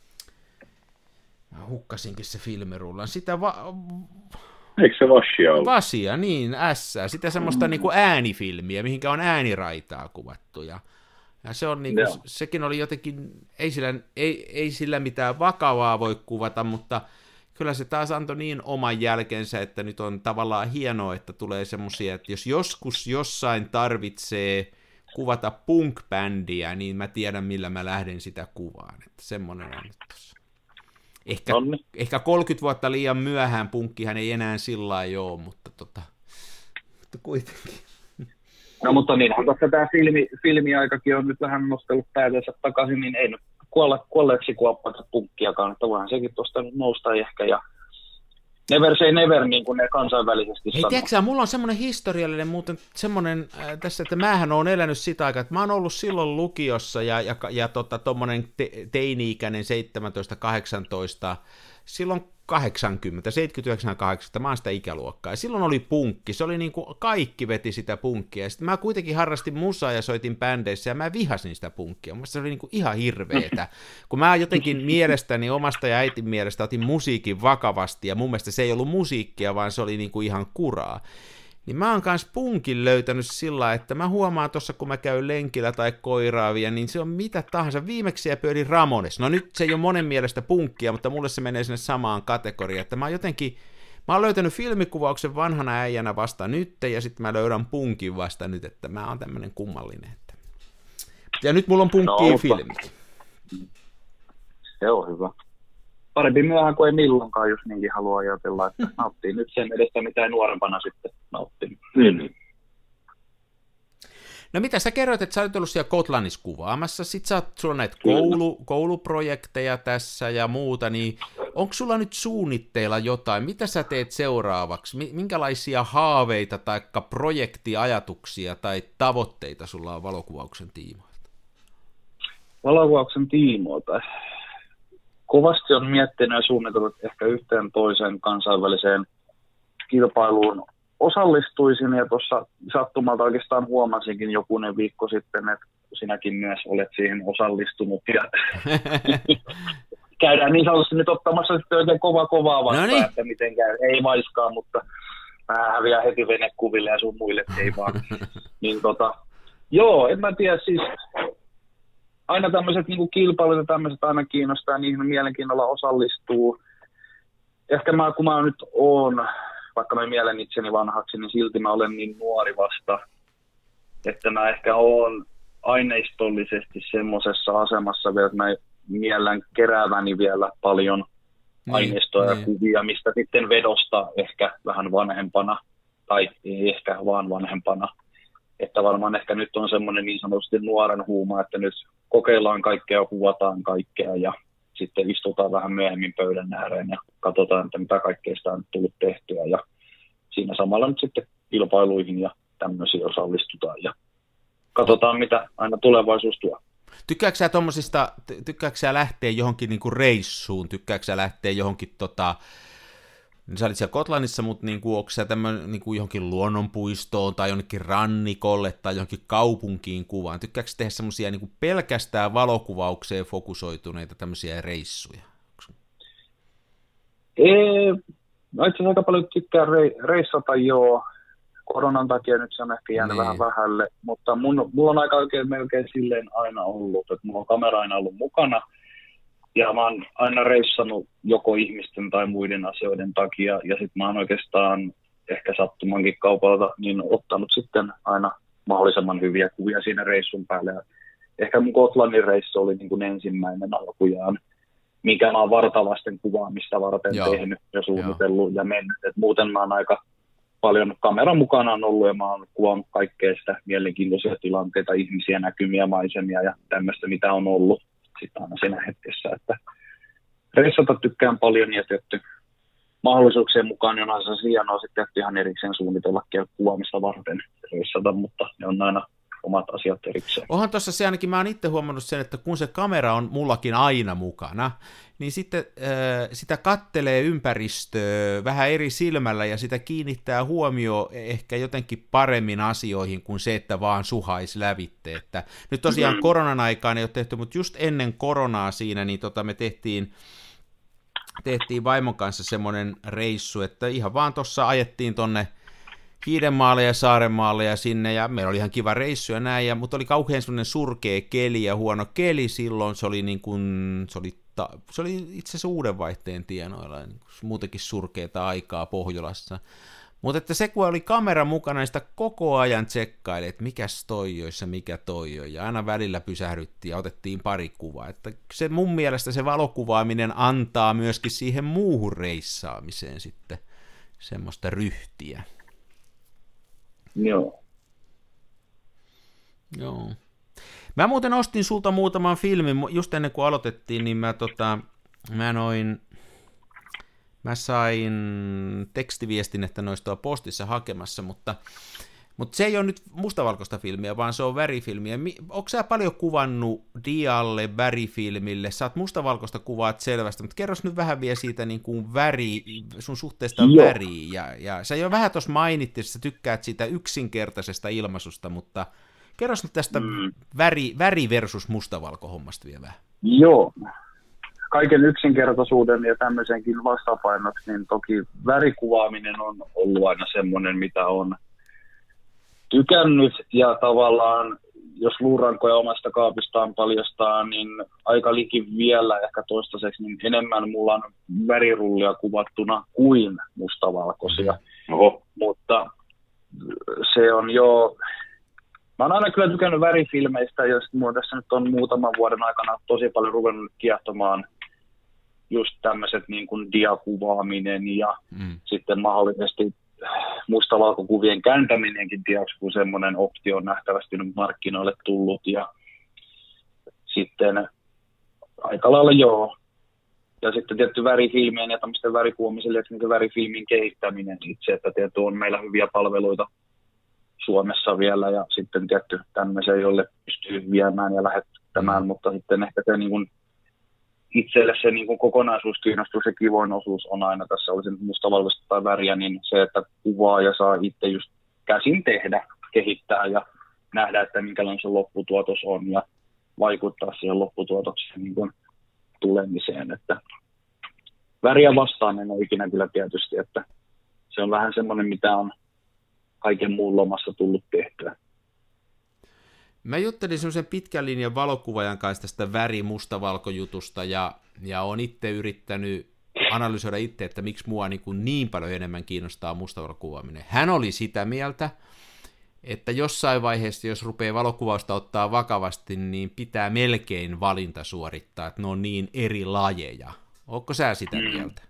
hukkasinkin se filmirullan, sitä eikö se Vasia ollut? Vasia, niin, sitä semmoista niinku äänifilmiä, mihinkä on ääniraitaa kuvattu, ja se on niinku, sekin oli jotenkin, ei sillä mitään vakavaa voi kuvata, mutta kyllä se taas antoi niin oman jälkensä, että nyt on tavallaan hienoa, että tulee semmoisia, että jos joskus jossain tarvitsee kuvata punk-bändiä, niin mä tiedän, millä mä lähden sitä kuvaan, että semmoinen on nyt tossa. Ehkä 30 vuotta liian myöhään punkkihan ei enää sillä lailla ole, mutta kuitenkin. No mutta niinhän koska tämä filmiaikakin on nyt vähän nostellut päätönsä takaisin, niin ei nyt kuolleeksi kuoppaita punkkiakaan, että voihan sekin tuosta nyt nousta ehkä ja never say never, niin kuin ne kansainvälisesti sanoo. Hei, tiedätkö mulla on semmoinen historiallinen muuten semmoinen tässä, että mähän oon elänyt sitä aikaa, että mä oon ollut silloin lukiossa ja tommonen teini-ikäinen 17-18, silloin 80, 79-80, mä oon sitä ikäluokkaa, ja silloin oli punkki, se oli niinku, kaikki veti sitä punkkia, ja sitten mä kuitenkin harrastin musaa ja soitin bändeissä, ja mä vihasin sitä punkkia, mun se oli niinku ihan hirveetä, kun mä jotenkin mielestäni, omasta ja äitin mielestä otin musiikin vakavasti, ja mun mielestä se ei ollut musiikkia, vaan se oli niinku ihan kuraa. Niin mä oon kans punkin löytänyt sillä, että mä huomaan tuossa, kun mä käyn lenkillä tai koiraavia, niin se on mitä tahansa. Viimeksi siellä pyöri Ramones. No nyt se ei ole monen mielestä punkkia, mutta mulle se menee sinne samaan kategoriaan. Että mä oon löytänyt filmikuvauksen vanhana äijänä vasta nyt, ja sitten mä löydän punkin vasta nyt, että mä oon tämmönen kummallinen. Ja nyt mulla on punkkia filmit. Se on hyvä. Parempi myöhään kuin ei milloinkaan, jos niinkin haluaa ajatella, että nauttii nyt sen edestä, mitä ei nuorempana sitten nauttinut. No mitä sä kerroit, että sä olet ollut siellä Kotlannissa kuvaamassa, sit sulla on näitä kouluprojekteja tässä ja muuta, niin onko sulla nyt suunnitteilla jotain, mitä sä teet seuraavaksi, minkälaisia haaveita tai projektiajatuksia tai tavoitteita sulla on valokuvauksen tiimoilta? Valokuvauksen tiimoilta? kovasti on miettinyt ja suunnitellut ehkä yhteen toiseen kansainväliseen kilpailuun osallistuisin, ja tuossa sattumalta oikeastaan huomasinkin jokunen viikko sitten, että sinäkin myös olet siihen osallistunut, ja käydään niin sanotusti nyt ottamassa sitten oikein kovaa vastaan, Noniin. Että miten käy, ei vaiskaa, mutta mä häviän heti venekuville ja sun muille, ei vaan. Niin joo, en mä tiedä, siis aina tämmöiset niin kilpailut ja tämmöiset aina kiinnostaa, niihin mielenkiinnolla osallistuu. Ehkä kun mä nyt oon, vaikka mä mielen itseni vanhaksi, niin silti mä olen niin nuori vasta, että mä ehkä oon aineistollisesti semmoisessa asemassa vielä, että mä miellän kerääväni vielä paljon aineistoja ja kuvia, mistä sitten vedosta ehkä vähän vanhempana, tai ei ehkä vaan vanhempana. Että varmaan ehkä nyt on semmoinen niin sanotusti nuoren huuma, että nyt kokeillaan kaikkea ja kuvataan kaikkea ja sitten istutaan vähän myöhemmin pöydän ääreen ja katsotaan, että mitä kaikkea sitä on tullut tehtyä. Ja siinä samalla nyt sitten kilpailuihin ja tämmöisiin osallistutaan ja katsotaan, mitä aina tulevaisuus tuo. Tykkääksä sä lähteä johonkin niinku reissuun? Tykkääksä sä lähteä johonkin sä olit siellä Kotlannissa, mutta niinku, onko sä niinku johonkin luonnonpuistoon tai jonnekin rannikolle tai johonkin kaupunkiin kuvaan? Tykkääksä tehdä semmoisia niinku pelkästään valokuvaukseen fokusoituneita tämmöisiä reissuja? Itse asiassa aika paljon tykkään reissata, joo. Koronan takia nyt se on ehkä jäänyt vähän vähälle, mutta mulla on aika melkein silleen aina ollut, että mulla on kamera aina ollut mukana. Ja mä oon aina reissannut joko ihmisten tai muiden asioiden takia, ja sitten mä oon oikeastaan ehkä sattumankin kaupalta niin ottanut sitten aina mahdollisimman hyviä kuvia siinä reissun päälle. Ja ehkä mun Kotlannin reissu oli niin kuin ensimmäinen alkujaan, minkä mä oon vartavasten kuvaamista varten tehnyt ja suunnitellut ja mennyt. Et muuten mä oon aika paljon kameran mukana on ollut, ja mä oon kuvannut kaikkea sitä mielenkiintoisia tilanteita, ihmisiä, näkymiä, maisemia ja tämmöistä, mitä on ollut sitten aina siinä hetkessä, että reissata tykkään paljon ja tietty mahdollisuuksien mukaan niin onhan se hienoa sitten ihan erikseen suunnitellakin ja kuvaamista varten reissata, mutta ne on aina omat asiat erikseen. Onhan tuossa se ainakin, mä oon itse huomannut sen, että kun se kamera on mullakin aina mukana, niin sitten sitä kattelee ympäristöä vähän eri silmällä ja sitä kiinnittää huomioon ehkä jotenkin paremmin asioihin kuin se, että vaan suhaisi lävitte. Että nyt tosiaan koronan aikaan ei ole tehty, mutta just ennen koronaa siinä, niin me tehtiin vaimon kanssa semmoinen reissu, että ihan vaan tuossa ajettiin tonne Hiidenmaalle ja Saarenmaalle ja sinne, ja meillä oli ihan kiva reissu ja näin, mutta oli kauhean semmoinen surkea keli ja huono keli silloin, se oli itse asiassa uudenvaihteen tienoilla, niin muutenkin surkeata aikaa Pohjolassa. Mutta että se, kun oli kamera mukana, niin sitä koko ajan tsekkaili, että mikäs toi on, mikä toi on, ja aina välillä pysähdyttiin ja otettiin pari kuvaa. Että se mun mielestä se valokuvaaminen antaa myöskin siihen muuhun reissaamiseen sitten semmoista ryhtiä. Joo. Mä muuten ostin sulta muutaman filmin, just ennen kuin aloitettiin, niin mä sain tekstiviestin, että noista on postissa hakemassa, mutta se ei ole nyt mustavalkoista filmiä, vaan se on värifilmiä. Onko sä paljon kuvannut dialle, värifilmille? Sä oot mustavalkoista kuvaat selvästi, mutta kerros nyt vähän vielä siitä niin kuin sun suhteesta väriin. Ja sä jo vähän tuossa mainittiin, että sä tykkäät siitä yksinkertaisesta ilmaisusta, mutta kerros nyt tästä väri versus mustavalko-hommasta vielä vähän. Joo. Kaiken yksinkertaisuuden ja tämmöisenkin vastapainoksi, niin toki värikuvaaminen on ollut aina semmoinen, mitä on tykännyt, ja tavallaan, jos luurankoja omasta kaapistaan paljastaa, niin aika liki vielä ehkä toistaiseksi, niin enemmän mulla on värirullia kuvattuna kuin mustavalkoisia. Mutta se on jo, mä oon aina kyllä tykännyt värifilmeistä, ja mulla tässä nyt on muutaman vuoden aikana tosi paljon ruvennut kiehtomaan just tämmöiset niin kuin diakuvaaminen ja sitten mahdollisesti mustavalkokuvien kääntäminenkin, tiedätkö, kun semmoinen optio on nähtävästi nyt markkinoille tullut, ja sitten aika lailla joo. Ja sitten tietty värifilmien ja tämmöisten värikuvaamisen lisäksi värifilmin kehittäminen itse, että tietty on meillä hyviä palveluita Suomessa vielä, ja sitten tietty tämmöisiä, jolle pystyy viemään ja lähettämään, mutta sitten ehkä se niin kuin itselle se niin kuin kokonaisuuskiinnostus ja kivoin osuus on aina tässä, oli se mustavalkoista tai väriä, niin se, että kuvaa ja saa itse just käsin tehdä, kehittää ja nähdä, että minkälainen se lopputuotos on ja vaikuttaa siihen lopputuotokseen niin kuin tulemiseen. Että väriä vastaan en ole ikinä kyllä tietysti, että se on vähän semmoinen, mitä on kaiken muun lomassa tullut tehtyä. Mä juttelin semmoisen pitkän linjan valokuvaajan kanssa tästä väri-mustavalkojutusta ja olen itse yrittänyt analysoida itse, että miksi mua niin paljon enemmän kiinnostaa mustavalkokuvaaminen. Hän oli sitä mieltä, että jossain vaiheessa, jos rupeaa valokuvausta ottaa vakavasti, niin pitää melkein valinta suorittaa, että ne on niin eri lajeja. Ootko sä sitä mieltä?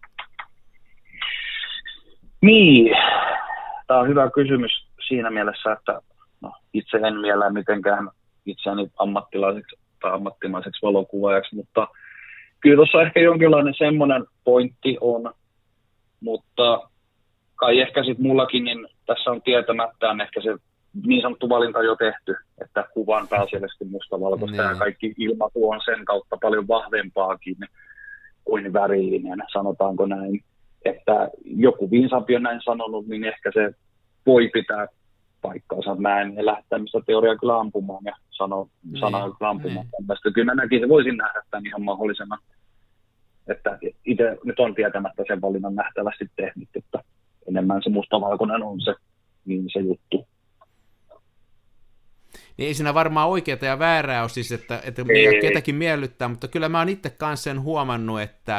Niin, tämä on hyvä kysymys siinä mielessä, että itse en mielellä mitenkään itseäni ammattilaiseksi tai ammattimaiseksi valokuvaajaksi, mutta kyllä tuossa ehkä jonkinlainen semmoinen pointti on, mutta kai ehkä sitten mullakin, niin tässä on tietämättään ehkä se niin sanottu valinta jo tehty, että kuvan pääasiallisesti mustavalkoista ja kaikki ilmaisu on sen kautta paljon vahvempaakin kuin värillinen, sanotaanko näin. Että joku viisaampi on näin sanonut, niin ehkä se voi pitää paikkaansa. Mä en lähde tämmöistä teoriaa kyllä ampumaan ja sanoa kyllä ampumaan. Kyllä mä näkisin, voisin nähdä tämän ihan mahdollisena. Että itse nyt on tietämättä sen valinnan nähtävästi tehnyt, että enemmän se mustavalkoinen on se juttu. Niin ei siinä varmaan oikeaa ja väärää ole siis, että ketäkin miellyttää, mutta kyllä mä oon itse kanssa sen huomannut, että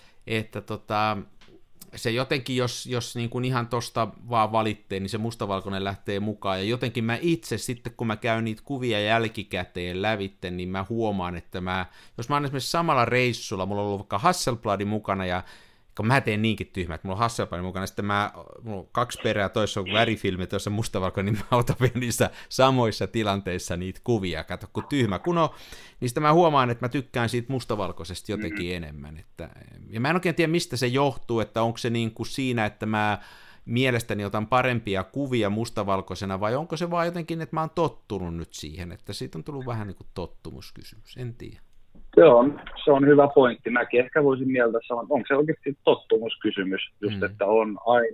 se jotenkin, jos niin kuin ihan tosta vaan valitteen, niin se mustavalkoinen lähtee mukaan, ja jotenkin mä itse sitten, kun mä käyn niitä kuvia jälkikäteen lävitten, niin mä huomaan, että jos mä oon esimerkiksi samalla reissulla, mulla on ollut vaikka Hasselbladin mukana, ja kun mä teen niinkin tyhmä, että mulla on Hasselbladin mukana, sitten mulla on 2 perää, toissa on värifilmi, toissa on mustavalkoinen, niin mä otan vielä niissä samoissa tilanteissa niitä kuvia, kato kun tyhmä kun on, niin sitten mä huomaan, että mä tykkään siitä mustavalkoisesta jotenkin enemmän, ja mä en oikein tiedä, mistä se johtuu, että onko se niin kuin siinä, että mä mielestäni otan parempia kuvia mustavalkoisena, vai onko se vaan jotenkin, että mä oon tottunut nyt siihen, että siitä on tullut vähän niin kuin tottumuskysymys, en tiedä. Se on hyvä pointti. Mäkin ehkä voisin mieltä sanoa, että onko se oikeasti tottumuskysymys, just että on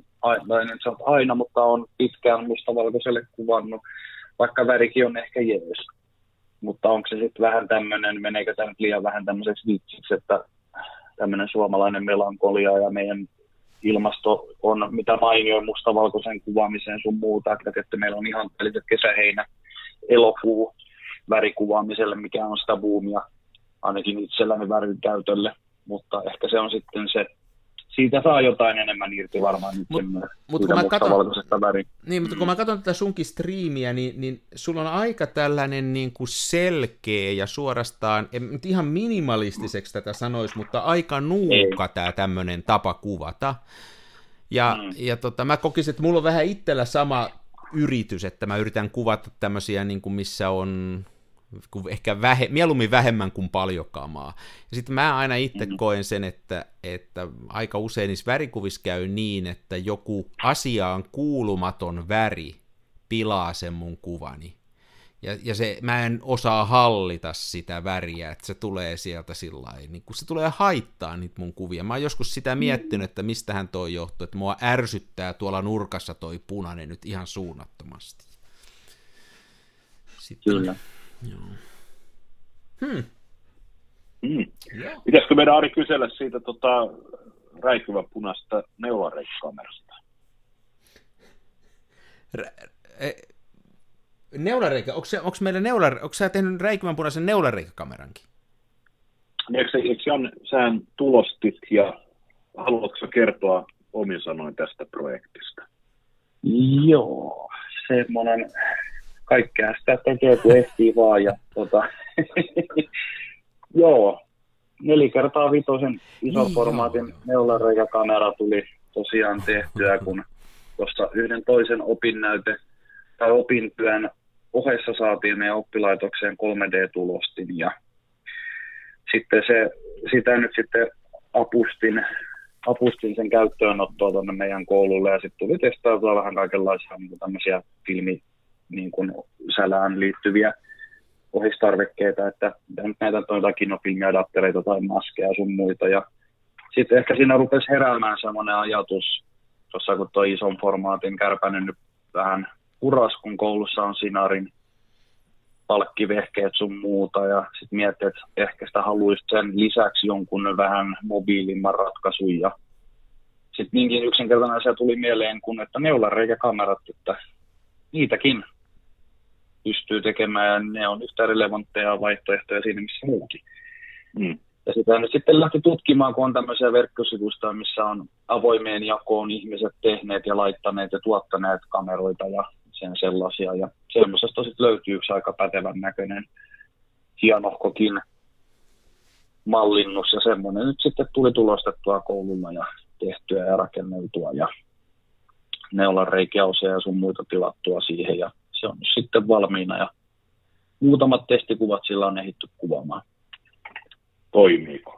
aina, mutta on pitkään mustavalkoiselle kuvannut, vaikka värikin on ehkä jees. Mutta onko se sitten vähän tämmöinen, meneekö tämä liian vähän tämmöiseksi vitsiksi, että tämmöinen suomalainen melankolia ja meidän ilmasto on mitä mainioin mustavalkoisen kuvaamiseen sun muuta, että meillä on ihan kesä, heinä, elokuu värikuvaamiselle, mikä on sitä boomia. Ainakin itselläni värin käytölle, mutta ehkä se on sitten se, siitä saa jotain enemmän irti varmaan nyt mustavalkoisesta värin. Niin, mutta kun mä katson tätä sunkin striimiä, niin sulla on aika tällainen niin kuin selkeä ja suorastaan, en nyt ihan minimalistiseksi tätä sanoisi, mutta aika nuuka tämä tämmöinen tapa kuvata. Ja mä kokisin, että mulla on vähän itsellä sama yritys, että mä yritän kuvata tämmöisiä, niin kuin missä on ehkä mieluummin vähemmän kuin paljon kamaa. Ja sitten mä aina itse koen sen, että aika usein niissä värikuvissa käy niin, että joku asiaan kuulumaton väri pilaa sen mun kuvani. Ja mä en osaa hallita sitä väriä, että se tulee sieltä sillain, niin kun se tulee haittaa niitä mun kuvia. Mä oon joskus sitä miettinyt, että mistähän toi johtuu, että mua ärsyttää tuolla nurkassa toi punainen nyt ihan suunnattomasti. Sitten, kyllä. Joo. Pitäisikö meidän Ari kysellä siitä räikyvän punaista neulareikäkamerasta? Neulareikä, onko meillä onko sä tehnyt räikyvän punaisen neulareikäkamerankin? Eikö sähän tulostit ja haluatko sä kertoa omin sanoin tästä projektista? Joo, semmoinen kaikkea sitä tekee, kun ehtii vaan. Ja, joo, 4x5 ison formaatin neulareikäkamera tuli tosiaan tehtyä, kun tuossa yhden toisen opintyön ohessa saatiin meidän oppilaitokseen 3D-tulostin ja sitten sitä nyt sitten apustin sen käyttöönottoa tuonne meidän koululle ja sitten tuli testautua vähän kaikenlaisia niin tämmöisiä filmi niin kuin sälään liittyviä ohistarvikkeita, että näitä on jotain kinofilmiadaptereita tai maskeja sun muita. Ja sitten ehkä siinä rupesi heräämään semmoinen ajatus, tuossa kun toi ison formaatin Kärpänen nyt vähän uras, kun koulussa on Sinarin palkkivehkeet sun muuta, ja sitten miettii, että ehkä sitä haluaisi sen lisäksi jonkun vähän mobiilimman ratkaisun, ja sitten niinkin yksinkertainen asia tuli mieleen, kun että neulareikäkamerat, että niitäkin pystyy tekemään, ja ne on yhtä relevantteja vaihtoehtoja siinä, missä muukin. Ja sitä nyt sitten lähti tutkimaan, kun on tämmöisiä verkkosivustoja, missä on avoimeen jakoon ihmiset tehneet ja laittaneet ja tuottaneet kameroita ja sen sellaisia. Ja semmoisesta sitten löytyy yksi aika pätevän näköinen hienohkokin mallinnus, ja semmoinen nyt sitten tuli tulostettua koululla ja tehtyä ja rakenneltua ja neulareikiauseja ja sun muita tilattua siihen, ja se on nyt sitten valmiina ja muutamat testikuvat sillä on ehditty kuvaamaan. Toimiiko?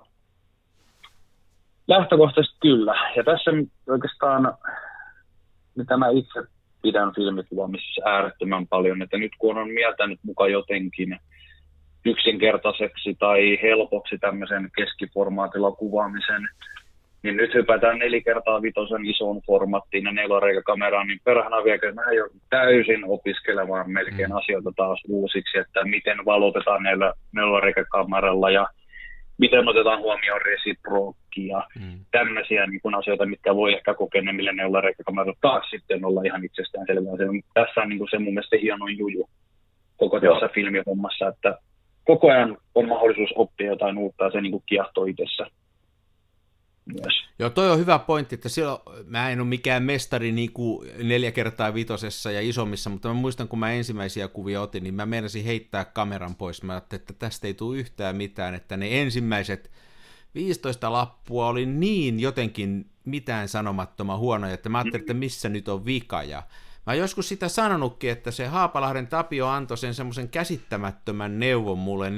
Lähtökohtaisesti kyllä. Ja tässä oikeastaan, mitä mä itse pidän filmikuvaamisessa äärettömän paljon, että nyt kun on mieltänyt mukaan jotenkin yksinkertaiseksi tai helpoksi tämmöisen keskiformaatilla kuvaamisen, niin nyt hypätään 4x5 isoon formaattiin ja neulareikäkameraan, niin perhana vielä mä joudun täysin opiskelemaan melkein asioita taas uusiksi, että miten valotetaan neulareikäkameralla ja miten otetaan huomioon resiprookki ja tämmöisiä niin asioita, mitkä voi ehkä kokeneemmille neulareikäkameralla taas sitten olla ihan itsestäänselvää. Tässä on niin se mun mielestä hienoin juju koko tässä filmihommassa, että koko ajan on mahdollisuus oppia jotain uutta ja se niin kiehtoo itsessä myös. Joo, toi on hyvä pointti, että silloin mä en ole mikään mestari niin kuin 4x5 ja isommissa, mutta mä muistan, kun mä ensimmäisiä kuvia otin, niin mä meinasin heittää kameran pois. Mä ajattelin, että tästä ei tule yhtään mitään, että ne ensimmäiset 15 lappua oli niin jotenkin mitään sanomattoman huonoja, että mä ajattelin, että missä nyt on vika. Ja mä joskus sitä sanonutkin, että se Haapalahden Tapio antoi sen semmoisen käsittämättömän neuvon mulle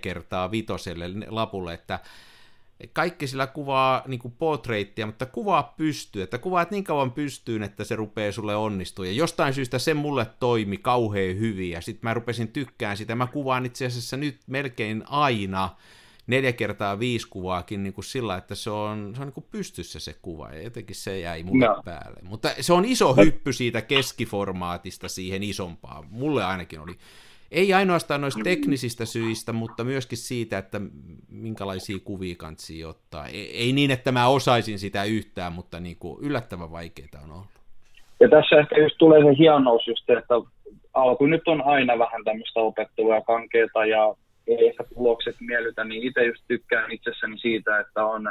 4x5 lapulle, että kaikki sillä kuvaa niin kuin portraittia, mutta kuvaa pystyy, että kuvaat niin kauan pystyyn, että se rupeaa sulle onnistua. Ja jostain syystä se mulle toimi kauhean hyvin, ja sitten mä rupesin tykkään sitä. Mä kuvaan itse asiassa nyt melkein aina 4x5 kuvaakin niin kuin sillä, että se on niin kuin pystyssä se kuva, ja jotenkin se jäi mulle päälle. Mutta se on iso hyppy siitä keskiformaatista siihen isompaan. Mulle ainakin oli. Ei ainoastaan noista teknisistä syistä, mutta myöskin siitä, että minkälaisia kuvia kantsii ottaa. Ei niin, että mä osaisin sitä yhtään, mutta niin kuin yllättävän vaikeaa on ollut. Ja tässä ehkä just tulee se hienous just, että alku nyt on aina vähän tämmöistä opettelua ja kankeeta ja ei ehkä tulokset miellytä, niin itse just tykkään itsessäni siitä, että on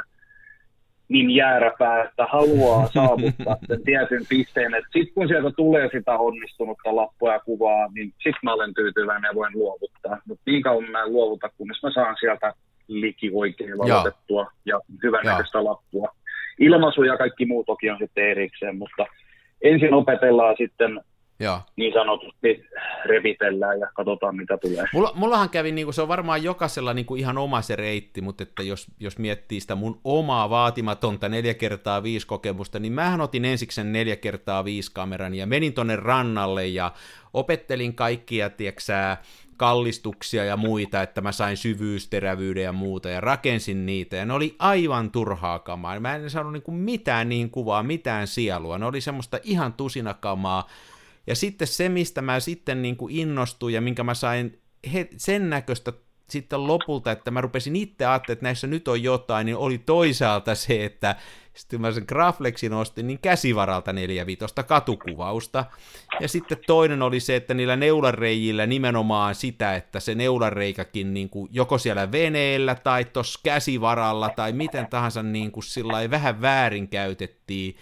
niin jääräpää, että haluaa saavuttaa sen tietyn pisteen, että sitten kun sieltä tulee sitä onnistunutta lappua ja kuvaa, niin sitten mä olen tyytyväinen ja voin luovuttaa. Mutta niin kauan mä en luovuta, kunnes mä saan sieltä liki oikein valotettua ja hyvännäköistä lappua. Ilmaisu ja kaikki muu toki on sitten erikseen, mutta ensin opetellaan sitten niin sanotusti revitellään ja katsotaan mitä tulee. Mullahan kävi, niin kuin, se on varmaan jokaisella niin kuin ihan oma se reitti, mutta että jos miettii sitä mun omaa vaatimatonta 4x5 kokemusta, niin mähän otin ensiksi sen 4x5 kameran ja menin tonne rannalle ja opettelin kaikkia, tieksää, kallistuksia ja muita, että mä sain syvyysterävyyden ja muuta, ja rakensin niitä, ja ne oli aivan turhaa kamaa. Mä en saanut niin kuin mitään niihin kuvaa, mitään sielua. Ne oli semmoista ihan tusinakamaa. Ja sitten se, mistä mä sitten niin kuin innostuin, ja minkä mä sain sen näköistä sitten lopulta, että mä rupesin itse ajattelemaan, että näissä nyt on jotain, niin oli toisaalta se, että sitten mä sen Graflexin ostin, niin käsivaralta 4x5 katukuvausta. Ja sitten toinen oli se, että niillä neulareijillä nimenomaan sitä, että se neulareikäkin niin kuin joko siellä veneellä tai tuossa käsivaralla tai miten tahansa niin kuin sillai vähän väärin käytettiin.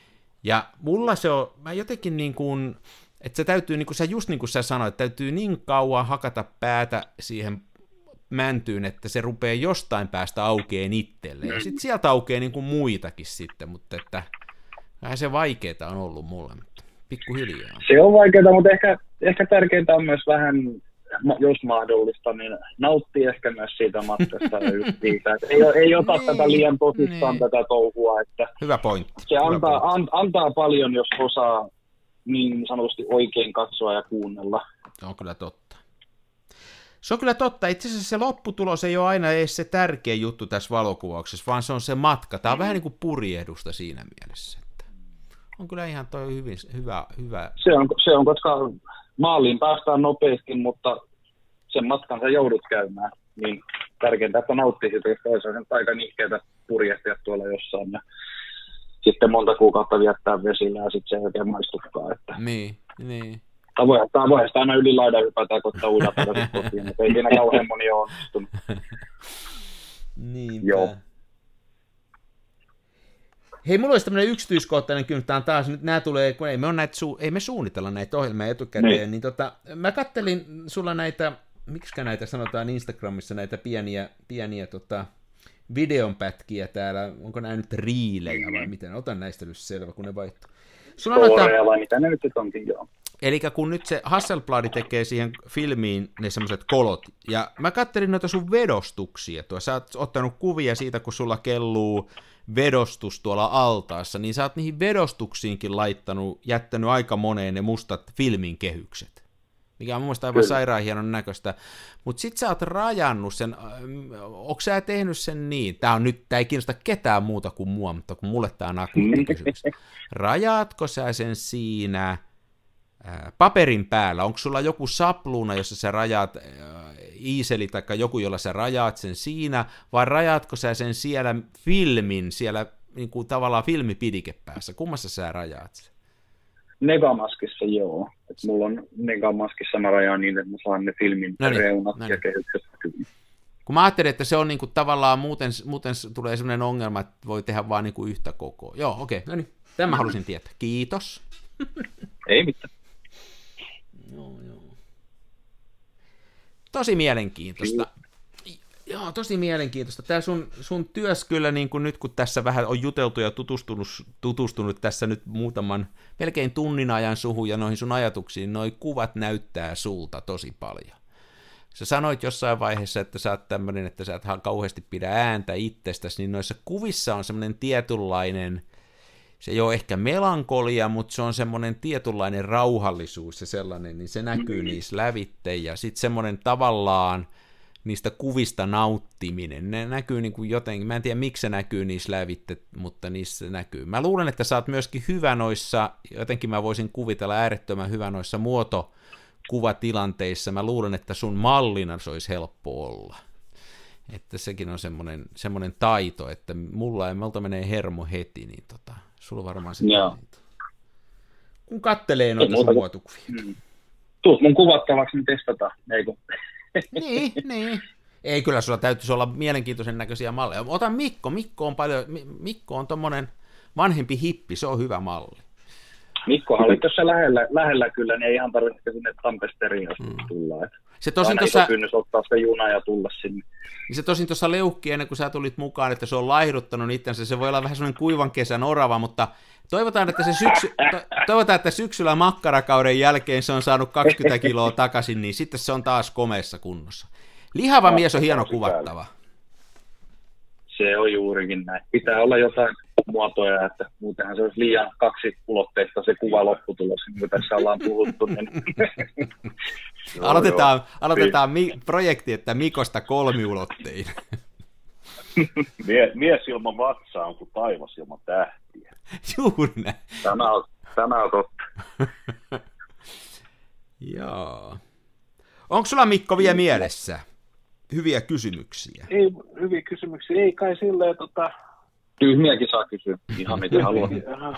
Ja mulla se on, mä jotenkin niin kuin, että se täytyy, niin kuin sä, just niin kuin sä sanoit, täytyy niin kauan hakata päätä siihen mäntyyn, että se rupeaa jostain päästä aukeen itselleen. Ja sitten sieltä aukeaa niin kuin muitakin sitten, mutta että vähän se vaikeaa on ollut mulle, mutta pikkuhiljaa. Se on vaikeaa, mutta ehkä tärkeintä on myös vähän, jos mahdollista, niin nauttii ehkä myös siitä matkasta ja just siitä, että ei ota tätä liian tosissaan tätä touhua. Että hyvä pointti. Se antaa paljon, jos osaa niin sanotusti oikein katsoa ja kuunnella. Se on kyllä totta. Se on kyllä totta. Itse asiassa se lopputulos ei ole aina edes se tärkeä juttu tässä valokuvauksessa, vaan se on se matka. Tämä on vähän niin kuin purjehdusta siinä mielessä. Että on kyllä ihan toi hyvä. Se on, koska maaliin päästään nopeasti, mutta sen matkan sä joudut käymään. Niin tärkeintä, että nauttii siitä, jos toisaalta aika nihkeätä purjehtia tuolla jossain. Ja sitten monta kuukautta viettää vesillä ja sitten se oikein maistuttaa. Että... Niin. Tavoista aina yli laidan hypätään, kun ottaa uudaan takaisin kotiin. Ei siinä kauhean moni ole onnistunut. Niinpä. Joo. Hei, mulla olisi tämmöinen yksityiskohtainen kysymys, taas nyt nämä tulee, kun ei me suunnitella näitä ohjelmia etukäteen, niin mä kattelin sulla näitä, miksikä näitä sanotaan Instagramissa, näitä pieniä videonpätkiä täällä, onko nämä nyt riilejä vai miten, otan näistä nyt selvä, kun ne vaihtuu. Storeja vai mitä ne nyt onkin, joo. Eli kun nyt se Hasselblad tekee siihen filmiin ne semmoiset kolot, ja mä kattelin noita sun vedostuksia tuossa, sä oot ottanut kuvia siitä, kun sulla kelluu vedostus tuolla altaassa, niin sä oot niihin vedostuksiinkin jättänyt aika moneen ne mustat filmin kehykset, mikä on mun mielestä aivan sairaan hienon näköistä, mutta sit sä oot rajannut sen, onko sä tehnyt sen niin, tää ei kiinnosta ketään muuta kuin mua, mutta kun mulle tää on akuutti kysymys, rajaatko sä sen siinä paperin päällä, onko sulla joku sapluuna, jossa sä rajaat iiseli tai joku, jolla sä rajaat sen siinä, vai rajaatko sä sen siellä siellä niin kuin tavallaan filmipidikepäässä, kummassa sä rajaat sen? Negamaskissa joo, että mulla on Negamaskissa mä rajaan niin, että mä saan ne filmin reunat ja kehykset. Kun mä ajattelin, että se on niin kuin tavallaan muuten tulee sellainen ongelma, että voi tehdä vaan niin kuin yhtä kokoa. Joo, okei, no niin, tämän mä halusin tietää. Kiitos. Ei mitään. Joo. Tosi mielenkiintoista. Joo, tosi mielenkiintoista. Tämä sun työs kyllä, niin kuin nyt kun tässä vähän on juteltu ja tutustunut tässä nyt muutaman, melkein tunnin ajan suhun ja noihin sun ajatuksiin, noi kuvat näyttää sulta tosi paljon. Sä sanoit jossain vaiheessa, että sä oot tämmöinen, että sä et kauheasti pidä ääntä itsestäsi, niin noissa kuvissa on semmoinen tietynlainen, se ei ole ehkä melankolia, mutta se on semmoinen tietynlainen rauhallisuus ja sellainen, niin se näkyy niissä lävitte, ja sitten semmoinen tavallaan niistä kuvista nauttiminen, ne näkyy niin kuin jotenkin, mä en tiedä miksi se näkyy niissä lävitte, mutta niissä se näkyy. Mä luulen, että sä oot myöskin hyvä noissa, jotenkin mä voisin kuvitella äärettömän hyvä noissa muotokuvatilanteissa, mä luulen, että sun mallina se olisi helppo olla. Että sekin on semmoinen taito, että multa menee hermo heti, niin sulla varmaan se kun kattelee noita sun muotokuvia. Tuut mun kuvattavaksi, niin testataan, eikö? Niin. Ei, kyllä sulla täytyisi olla mielenkiintoisen näköisiä malleja. Ota Mikko on tommonen vanhempi hippi, se on hyvä malli. Mikkohan oli tuossa lähellä kyllä, niin ei ihan tarvitse sinne Tampesteriin, jos tullaan. Se tosin tuossa kynnys ottaa sitä junaa ja tulla sinne. Niin se tosin tuossa leuhki ennen kuin sä tulit mukaan, että se on laihduttanut itsensä, se voi olla vähän semmoinen kuivan kesän orava, mutta toivotaan, että syksyllä makkarakauden jälkeen se on saanut 20 kiloa takaisin, niin sitten se on taas komeassa kunnossa. Lihava mies on hieno kuvattava. Se on juurikin näin. Pitää olla jotain muotoja, että muutenhan se olisi liian kaksiulotteista se kuva lopputulos, niin kuin tässä ollaan puhuttu. Aloitetaan projekti, että Mikosta kolmiulotteinen. Mies ilman vatsaa on kuin taivas ilman tähtiä. Juuri näin. Tämä on totta. Joo. Onko sulla, Mikko, vielä mielessä hyviä kysymyksiä? Ei, hyviä kysymyksiä. Ei kai silleen tyhmiäkin saa kysyä ihan mitä haluaa.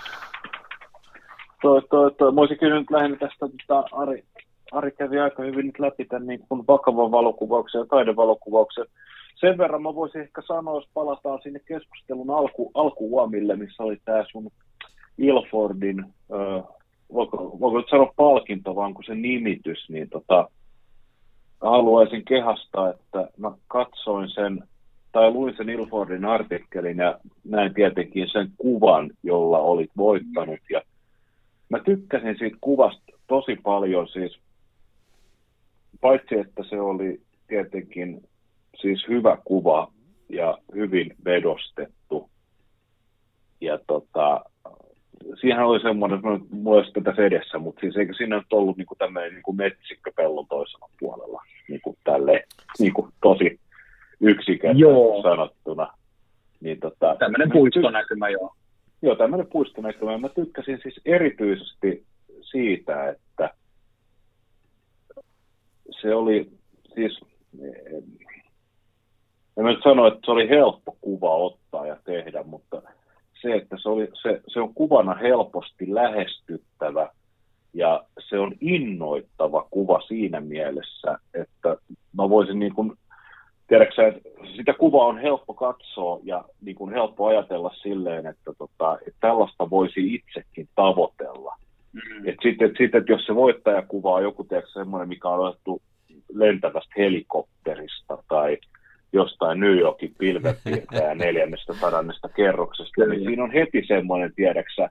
Mä olisin kysynyt lähinnä tästä, Ari kävi aika hyvin nyt läpi tämän niin kuin vakavan valokuvauksen ja taidevalokuvauksen. Sen verran mä voisin ehkä sanoa, jos palataan sinne keskustelun alkuuomille, missä oli tämä sun Ilfordin, voiko nyt sanoa palkinto, vaan kun se nimitys, niin haluaisin kehastaa, että mä katsoin sen, tai luin sen Ilfordin artikkelin ja näin tietenkin sen kuvan, jolla olit voittanut. Ja mä tykkäsin siitä kuvasta tosi paljon, siis paitsi että se oli tietenkin siis hyvä kuva ja hyvin vedostettu. Ja siihen oli semmoinen, mulla olisi tätä edessä, mutta siis eikö siinä nyt ollut niinku tämmöinen niinku metsikkö pellon toisella puolella, niinku tälleen, niinku tosi yksinkertaisesti sanottuna. Niin tämmöinen puistonäkymä, joo. Joo, tämmöinen puistonäkymä. Mä tykkäsin siis erityisesti siitä, että se oli siis, en mä nyt sano, että se oli helppo kuva ottaa ja tehdä, mutta se, että se on kuvana helposti lähestyttävä ja se on innoittava kuva siinä mielessä, että mä voisin niin kuin, tiedätkö, että sitä kuvaa on helppo katsoa ja niin kuin helppo ajatella silleen, että tällaista voisi itsekin tavoitella. Sitten, jos se voittajakuva on joku, tiedätkö, semmoinen, mikä on otettu lentävästä helikopterista tai jostain New Yorkin pilvenpiirtäjä 400 kerroksesta, niin siinä on heti semmoinen, tiedäksä,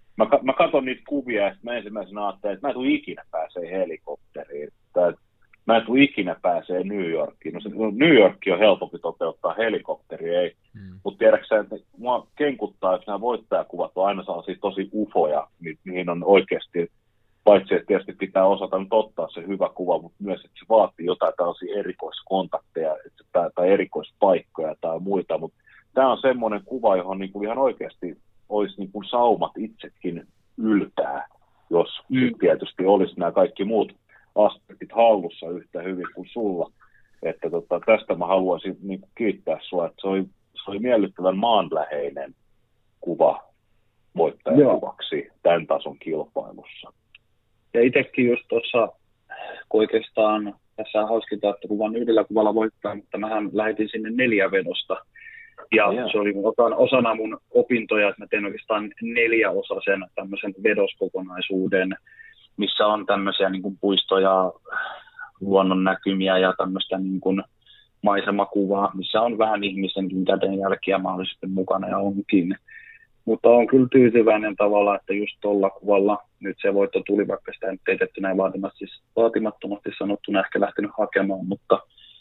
mä katson niitä kuvia, ja mä ensimmäisenä ajattelen, että mä en tule ikinä pääsee helikopteriin, tai mä en tule ikinä pääsee New Yorkiin. No New York on helpompi toteuttaa, helikopteri ei, mutta tiedäksä, että mua kenkuttaa, että nämä voittajakuvat on aina sellaisia tosi ufoja, mihin on oikeasti, paitsi että tietysti pitää osata nyt ottaa se hyvä kuva, mutta myös, että se vaatii jotain tällaisia erikoiskontakteja tai erikoispaikkoja tai muita, mutta tämä on semmoinen kuva, johon niin kuin ihan oikeasti olisi niin kuin saumat itsekin yltää, jos tietysti olisi nämä kaikki muut aspektit hallussa yhtä hyvin kuin sulla. Että tästä mä haluaisin niin kuin kiittää sua, että se oli miellyttävän maanläheinen kuva voittajakuvaksi tämän tason kilpailussa. Ja itsekin just tuossa, kun oikeastaan tässä on hauskinta, että kuvan yhdellä kuvalla voittaa, mutta mähän lähetin sinne 4 vedosta. Ja se oli osana mun opintoja, että mä tein oikeastaan 4-osaisen tämmöisen vedoskokonaisuuden, missä on tämmöisiä niin kuin puistoja, luonnon näkymiä ja tämmöistä niin kuin maisemakuvaa, missä on vähän ihmisenkin kädenjälkiä mahdollisesti mukana ja onkin. Mutta on kyllä tyytyväinen tavalla, että just tuolla kuvalla nyt se voitto tuli, vaikka sitä nyt ei tehty näin vaatimattomasti sanottuna ehkä lähtenyt hakemaan, mutta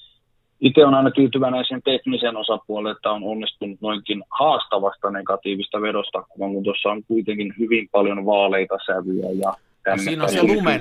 itse on aina tyytyväinen sen teknisen osapuolelle, että on onnistunut noinkin haastavasta negatiivista vedosta, kun tuossa on kuitenkin hyvin paljon vaaleita sävyjä ja siinä on se lumen,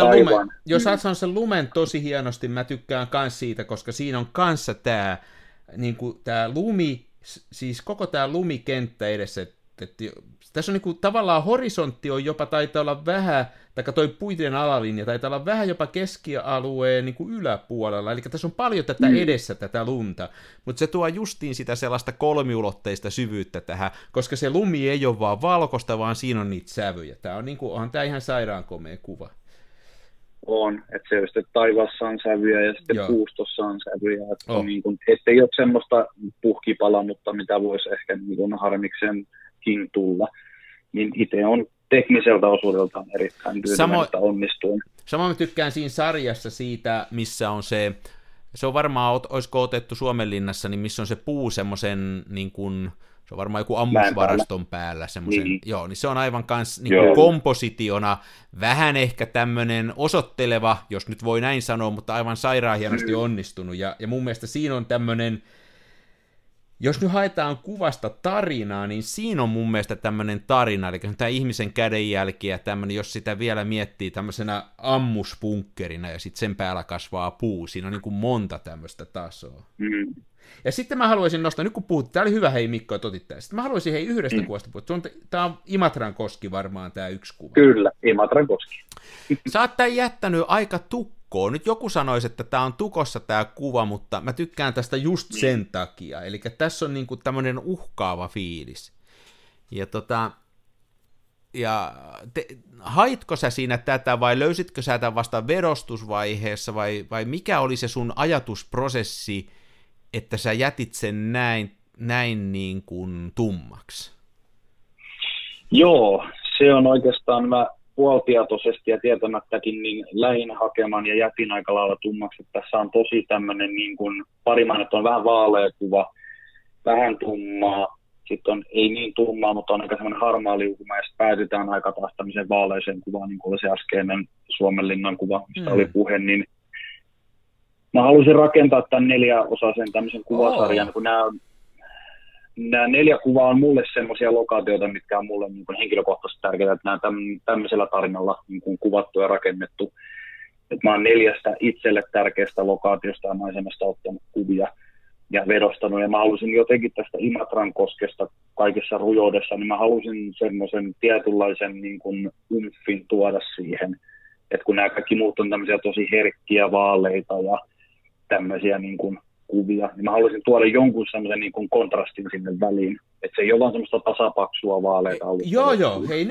jos saat sen lumen tosi hienosti, mä tykkään kans siitä, koska siinä on kanssa tää, niinku, tää lumi, siis koko tää lumikenttä edessä, että tässä on niinku, tavallaan horisontti on jopa taitaa olla vähän, tai toi puiden alalinja taitaa olla vähän jopa keskialueen niinku yläpuolella, eli tässä on paljon tätä edessä tätä lunta, mutta se tuo justiin sitä sellaista kolmiulotteista syvyyttä tähän, koska se lumi ei ole vaan valkoista, vaan siinä on niitä sävyjä. Tää on niinku, onhan tää ihan sairaan komea kuva. On, että se on sitten taivaassa on sävyjä ja sitten puustossa on sävyjä, että on niin kuin, ettei ole semmoista puhkipalanutta, mitä voisi ehkä niin kuin harmiksenkin tulla, niin itse on tekniseltä osuudeltaan erittäin tyytyväinen, että onnistuu. Samoin mä tykkään siinä sarjassa siitä, missä on se on varmaan, olisiko otettu Suomenlinnassa, niin missä on se puu semmoisen, niin kuin, se on varmaan joku ammusvaraston päällä semmoisen, niin se on aivan kans niin kuin kompositiona, vähän ehkä tämmöinen osoitteleva, jos nyt voi näin sanoa, mutta aivan sairaan hienosti onnistunut, ja mun mielestä siinä on tämmöinen, jos nyt haetaan kuvasta tarinaa, niin siinä on mun mielestä tämmöinen tarina, eli tämä ihmisen kädenjälki ja tämmöinen, jos sitä vielä miettii tämmöisenä ammuspunkkerina ja sitten sen päällä kasvaa puu, siinä on niin kuin monta tämmöistä tasoa. Ja sitten mä haluaisin nostaa, nyt kun puhut, tämä oli hyvä, hei Mikko, että otit tämän. Sitten mä haluaisin yhdestä kuvasta puhua. Tämä on Imatran koski varmaan tämä yksi kuva. Kyllä, Imatran koski. Sä oot tämän jättänyt aika tukkoon. Nyt joku sanoisi, että tämä on tukossa tämä kuva, mutta mä tykkään tästä just sen takia. Eli tässä on niinku tämmöinen uhkaava fiilis. Ja haitko sä siinä tätä vai löysitkö sä tämän vasta vedostusvaiheessa vai mikä oli se sun ajatusprosessi, että sä jätit sen näin niin kuin tummaksi? Joo, se on oikeastaan mä puoltietoisesti ja tietämättäkin niin lähin hakemaan ja jätin aika lailla tummaksi. Että tässä on tosi tämmöinen niin kuin parimainet on vähän vaalea kuva, vähän tummaa, sitten on ei niin tummaa, mutta on aika semmoinen harmaa liukuma ja sitten päätytään aika taas tämmöiseen vaaleiseen kuvaan, niin kuin oli se äskeinen Suomenlinnan kuva, mistä oli puhe, niin mä halusin rakentaa tämän 4-osaisen tämmöisen kuvasarjan, kun nämä on nämä 4 kuvaa on mulle semmoisia lokaatioita, mitkä on mulle niin kuin henkilökohtaisesti tärkeitä, että nämä tämmöisellä tarinalla niin kuin kuvattu ja rakennettu. Että mä oon 4 itselle tärkeästä lokaatiosta ja maisemasta ottanut kuvia ja vedostanut, ja mä halusin jotenkin tästä Imatran koskesta kaikessa rujoudessa, niin mä halusin semmoisen tietynlaisen niin kuin umfin tuoda siihen, että kun nämä kaikki muut on tämmöisiä tosi herkkiä vaaleita ja tämmöisiä niin kuin kuvia, niin mä haluaisin tuoda jonkun semmoisen niin kuin kontrastin sinne väliin, että se ei ole vaan semmoista tasapaksua vaaleita. Joo, hei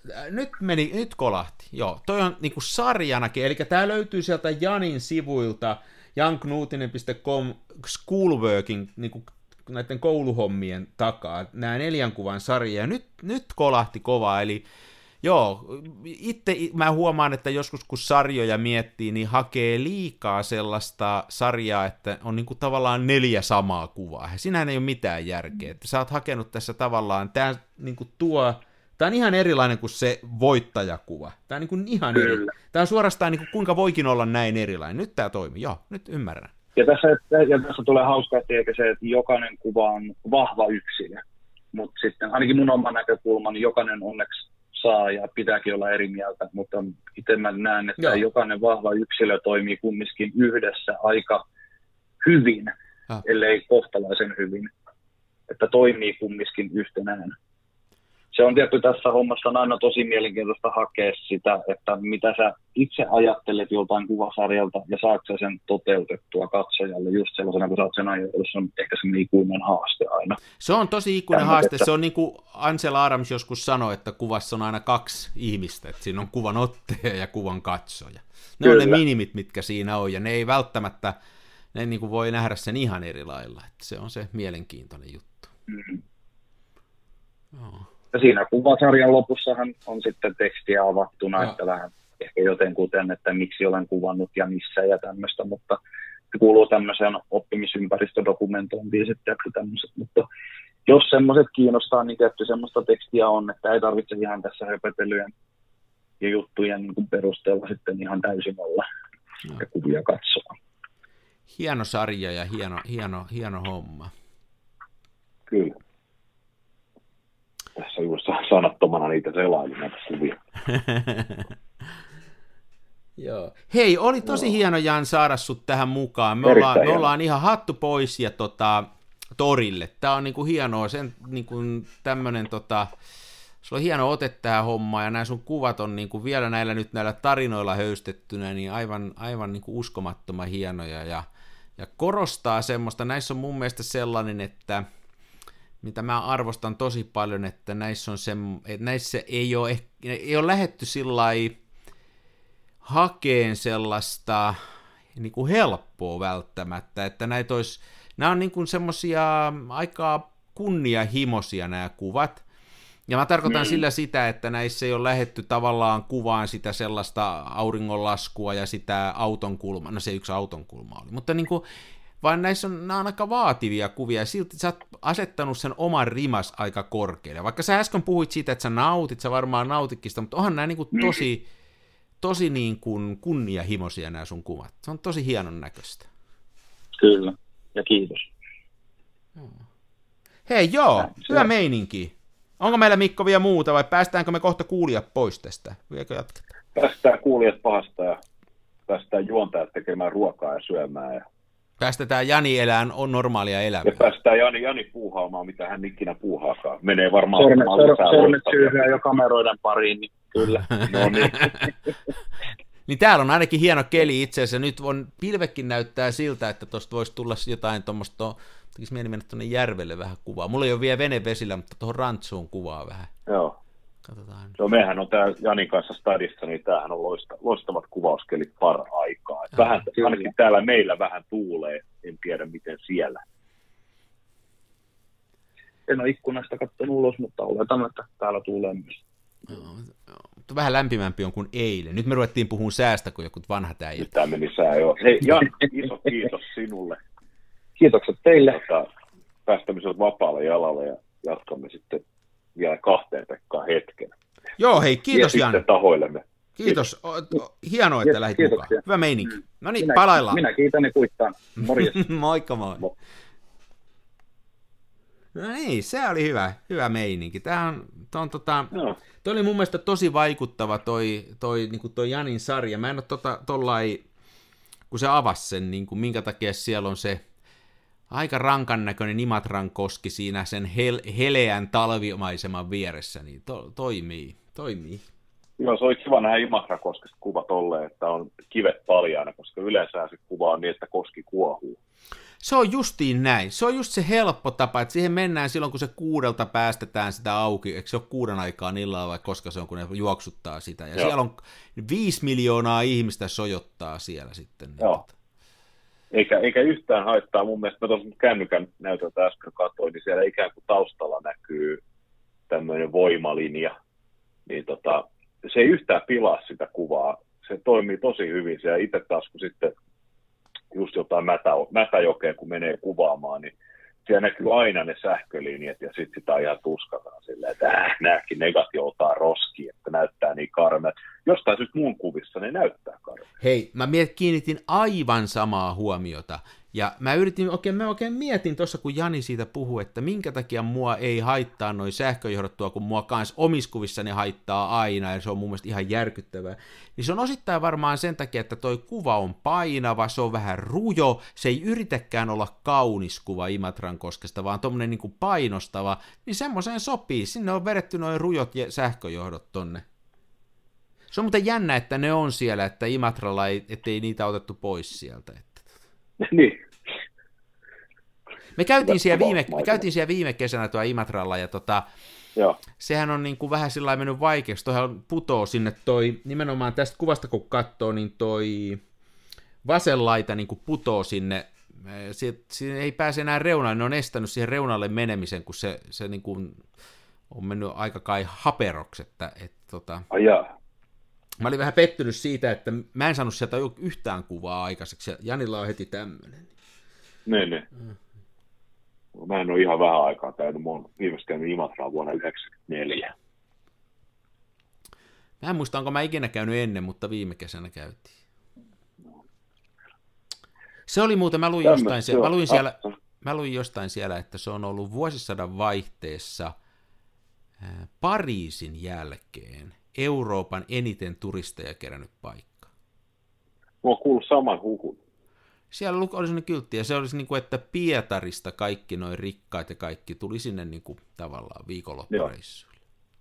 nyt kolahti. Joo, toi on niin kuin sarjanakin, eli tää löytyy sieltä Janin sivuilta, janknutinen.com schoolworkin, niin kuin näiden kouluhommien takaa, nämä 4 kuvan sarja, ja nyt kolahti kovaa, eli joo, itse mä huomaan, että joskus kun sarjoja miettii, niin hakee liikaa sellaista sarjaa, että on niinku tavallaan 4 samaa kuvaa. Ja sinähän ei ole mitään järkeä. Että sä oot hakenut tässä tavallaan, tää niinku tää on ihan erilainen kuin se voittajakuva. Tää on niinku ihan eri. Tää on suorastaan niinku, kuinka voikin olla näin erilainen. Nyt tää toimii, joo, nyt ymmärrän. Ja tässä tulee hauskaa, että se, että jokainen kuva on vahva yksilö. Mutta sitten ainakin mun oma näkökulma, niin jokainen onneksi saa ja pitääkin olla eri mieltä, mutta itse mä näen, että jokainen vahva yksilö toimii kumminkin yhdessä aika hyvin, ellei kohtalaisen hyvin, että toimii kumminkin yhtenään. Se on tietty tässä hommassa on aina tosi mielenkiintoista hakea sitä, että mitä sä itse ajattelet joltain kuvasarjalta ja saatko sä sen toteutettua katsojalle just sellaisena, kun sä oot sen ajatellut, se on ehkä semmoinen ikuinen haaste aina. Se on tosi ikuinen haaste, se on niin kuin Ansel Adams joskus sanoi, että kuvassa on aina 2 ihmistä, että siinä on kuvan ottaja ja kuvan katsoja. Ne on ne minimit, mitkä siinä on, ja ne ei välttämättä, ne niin kuin voi nähdä sen ihan eri lailla, että se on se mielenkiintoinen juttu. Mm-hmm. Joo. Ja siinä kuvasarjan lopussahan on sitten tekstiä avattuna, että vähän ehkä jotenkuten, että miksi olen kuvannut ja missä ja tämmöistä, mutta se kuuluu tämmöiseen oppimisympäristödokumentointiin sitten tämmöiset, mutta jos semmoiset kiinnostaa, niin tietty semmoista tekstiä on, että ei tarvitse ihan tässä höpötelyjen ja juttujen niin kuin perusteella sitten ihan täysin olla ja kuvia katsoa. Hieno sarja ja hieno homma. Kyllä. Tässä juuri sanattomana niitä selailin näitä kuvia. Joo. Hei, oli tosi hieno, Jan, saada sut tähän mukaan. Me ollaan ihan hattu pois ja torille. Tää on niinku hienoa, sen niinku tämmönen sulla on hieno ote tähän hommaan, ja nämä sun kuvat on niinku vielä näillä tarinoilla höystettynä, niin aivan niinku uskomattoman hienoja, ja korostaa semmoista, näissä on mun mielestä sellainen, että mitä mä arvostan tosi paljon, että näissä ei ole lähdetty sillai hakeen sellaista niin kuin helppoa välttämättä, että nämä on niin kuin semmosia aika kunnianhimoisia nämä kuvat, ja mä tarkoitan sillä sitä, että näissä ei ole lähdetty tavallaan kuvaan sitä sellaista auringonlaskua ja sitä auton kulmaa, no se yksi auton kulma oli, mutta niin kuin vaan nämä on aika vaativia kuvia, ja silti sä oot asettanut sen oman rimas aika korkealle. Vaikka sä äsken puhuit siitä, että sä varmaan nautitkin sitä, mutta onhan nämä niin kuin tosi niin kuin kunnianhimoisia nämä sun kuvat. Se on tosi hienon näköistä. Kyllä, ja kiitos. Hei hyvä meininki. Onko meillä, Mikko, vielä muuta, vai päästäänkö me kohta kuulijat pois tästä? Vieläkö jatketaan? Päästään kuulijat pahasta, ja päästään juontajat tekemään ruokaa ja syömään, ja päästetään Jani elämään normaalia elämää. Ja päästään Jani puuhaamaan, mitä hän ikinä puuhaakaan. Menee varmaan sormet syyhyä jo kameroiden pariin, niin kyllä. No niin. Niin täällä on ainakin hieno keli itse asiassa. Nyt pilvekin näyttää siltä, että tuosta voisi tulla jotain tuommoista, tekisi mieli mennä tuonne järvelle vähän kuvaa. Mulla ei ole vielä vene vesillä, mutta tuohon rantsuun kuvaa vähän. Joo. Katsotaan. Joo, mehän on täällä Janin kanssa stadissa, niin tämähän on loistavat kuvauskelit par-aikaa. Vähän, ainakin täällä meillä vähän tuulee, en tiedä miten siellä. En ole ikkunasta katsonut ulos, mutta oletan, että täällä tuulee myös. Mutta vähän lämpimämpi on kuin eilen. Nyt me ruvettiin puhumaan säästä, kun joku vanhat äijät. Tämä meni sää, joo. Hei, Jan, iso kiitos sinulle. Kiitokset teille. Päästämme vapaalle jalalle ja jatkamme sitten vielä 2 Pekkaan hetken. Joo, hei, kiitos, ja Jan. sitten tahoillemme. Kiitos. Hienoa, että lähdit mukaan. Hyvä meininki. No niin, palaillaan. Minä kiitän ja kuittaan. Morjes. Moikka moi. No niin, se oli hyvä meininki. Toi oli mun mielestä tosi vaikuttava toi Janin sarja. Mä en ole tollai, kun se avasi sen, niin kuin, minkä takia siellä on se aika rankan näköinen Imatran koski siinä sen heleän talvimaiseman vieressä, niin toimii. Joo, se oli kiva nähdä Imatra-koskesta kuva tolleen, että on kivet paljaana, koska yleensä se kuva on niin, että koski kuohuu. Se on justiin näin. Se on just se helppo tapa, että siihen mennään silloin, kun se 6 päästetään sitä auki. Eikö se ole 6 aikaan illalla vai koska se on, kun ne juoksuttaa sitä. Ja siellä on 5 miljoonaa ihmistä sojottaa siellä sitten. Joo. Eikä yhtään haittaa. Mun mielestä mä tuossa kännykän näytöltä äsken katsoin, niin siellä ikään kuin taustalla näkyy tämmöinen voimalinja. Niin se ei yhtään pilaa sitä kuvaa. Se toimii tosi hyvin. Ja itse taas, kun sitten just jotain mätäjokea, kun menee kuvaamaan, niin siellä näkyy aina ne sähkölinjat, ja sitten sitä ihan tuskataan silleen, että nämäkin negat joutaa roskiin, että näyttää niin karmeat. Jostain syystä mun kuvissa ne näyttää karmeat. Hei, mä kiinnitin aivan samaa huomiota, ja mä oikein mietin tuossa, kun Jani siitä puhui, että minkä takia mua ei haittaa noi sähköjohdottua, kun mua kans omissa kuvissa ne haittaa aina, ja se on mun mielestä ihan järkyttävää. Niin se on osittain varmaan sen takia, että toi kuva on painava, se on vähän rujo, se ei yritäkään olla kaunis kuva Imatran koskesta, vaan tommonen niin kuin painostava, niin semmoiseen sopii, sinne on vedetty noin rujot sähköjohdot tonne. Se on muuten jännä, että ne on siellä, että Imatralla ettei niitä otettu pois sieltä. Niin. Me käytiin siellä viime kesänä tuo Imatralla, ja sehän on niin kuin vähän sillä lailla mennyt vaikeaksi. Toihan putoo sinne nimenomaan tästä kuvasta kun katsoo, niin toi vasen laita niin kuin putoo sinne. Siinä ei pääse enää reunalle, ne on estänyt siihen reunalle menemisen, kun se niin kuin on mennyt aika kai haperoksi. Mä olin vähän pettynyt siitä, että mä en saanut sieltä yhtään kuvaa aikaiseksi, ja Janilla on heti tämmöinen. Niin. Mä en ole ihan vähän aikaa käynyt, mä oon viimeksi käynyt Imatraa vuonna 1994. Mä en muista, onko mä ikinä käynyt ennen, mutta viime kesänä käytiin. Se oli muuten, mä luin jostain siellä, että se on ollut vuosisadan vaihteessa Pariisin jälkeen Euroopan eniten turisteja kerännyt paikka. Mä oon kuullut saman hukun. Siellä oli sellainen kyltti, ja se olisi niin kuin, että Pietarista kaikki noin rikkaat ja kaikki tuli sinne niin kuin, tavallaan viikonloppureissuille.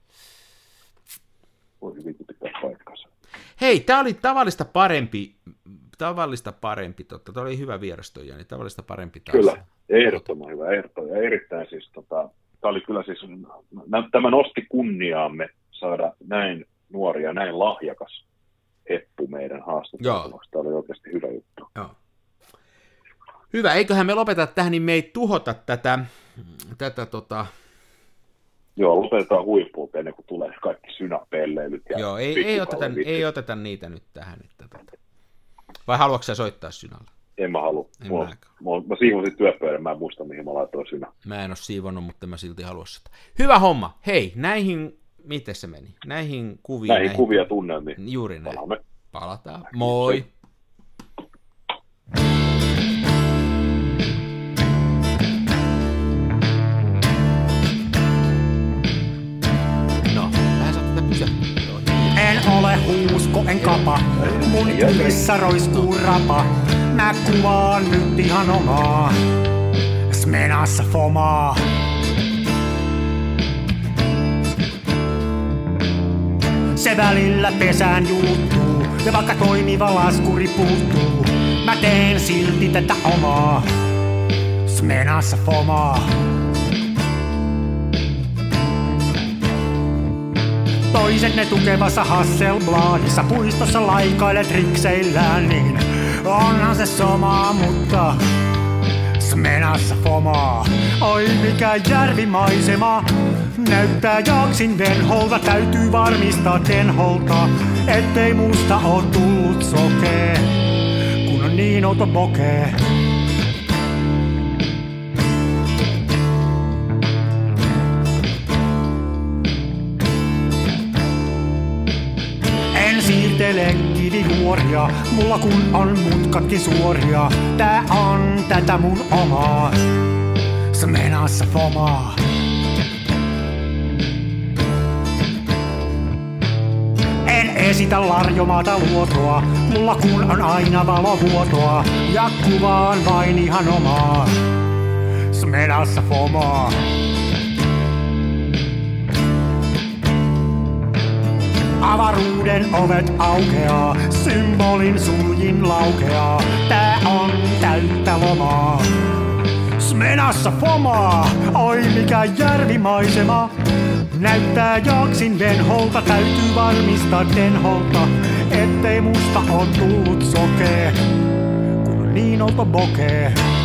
Voi hyvin pitää paikkansa. Hei, tää oli tavallista parempi. Tämä oli hyvä vieras toi, Jani, tavallista parempi taas. Kyllä, ehdottoman hyvä, ja erittäin siis, tämä oli kyllä siis, tämä nosti kunniaamme saada näin nuori ja näin lahjakas heppu meidän haastatteluksi. Tämä oli oikeasti hyvä juttu. Joo. Hyvä, eiköhän me lopeta tähän, niin me ei tuhota tätä. Joo, lopetetaan huippuun ennen kuin tulee kaikki synapelleilyt. Joo, ei oteta niitä nyt tähän. Vai haluatko sä soittaa synällä? En mä halua. Mä siivosin työpöydän, mä en muista mihin mä laitoin synä. Mä en ole siivonnut, mutta mä silti haluan sitä. Hyvä homma. Hei, miten se meni? Näihin kuviin. Näihin kuvia tunnelmiin. Juuri näin. Palataan. Moi. En ole huusko, en kapa, mun kuvissa roiskuu rapa. Mä kuvaan nyt ihan omaa, Smenassa fomaa. Se välillä pesään juuttuu, ja vaikka toimiva laskuri puuttuu, mä teen silti tätä omaa, Smenassa fomaa. Toiset ne tukevassa Hasselbladissa puistossa laikailet rikseillään, niin onhan se somaa, mutta Smenassa fomaa. Oi mikä järvimaisema, näyttää jaksin venholta, täytyy varmistaa tenholta, ettei musta oo tullut sokee, kun on niin outo bokee. Siirtele kivijuoria, mulla kun on mutkatkin suoria. Tää on tätä mun omaa, Smenassa fomaa. En esitä larjomaata luotoa, mulla kun on aina valovuotoa, ja kuvaan vain ihan omaa. Smenassa fomaa. Avaruuden ovet aukeaa, symbolin suljin laukeaa. Tää on täyttä lomaa. Smenassa fomaa, oi mikä järvimaisema. Näyttää jaksin venholta, täytyy varmistaa denholta, ettei musta on tullut sokee, kun on niin outo bokee.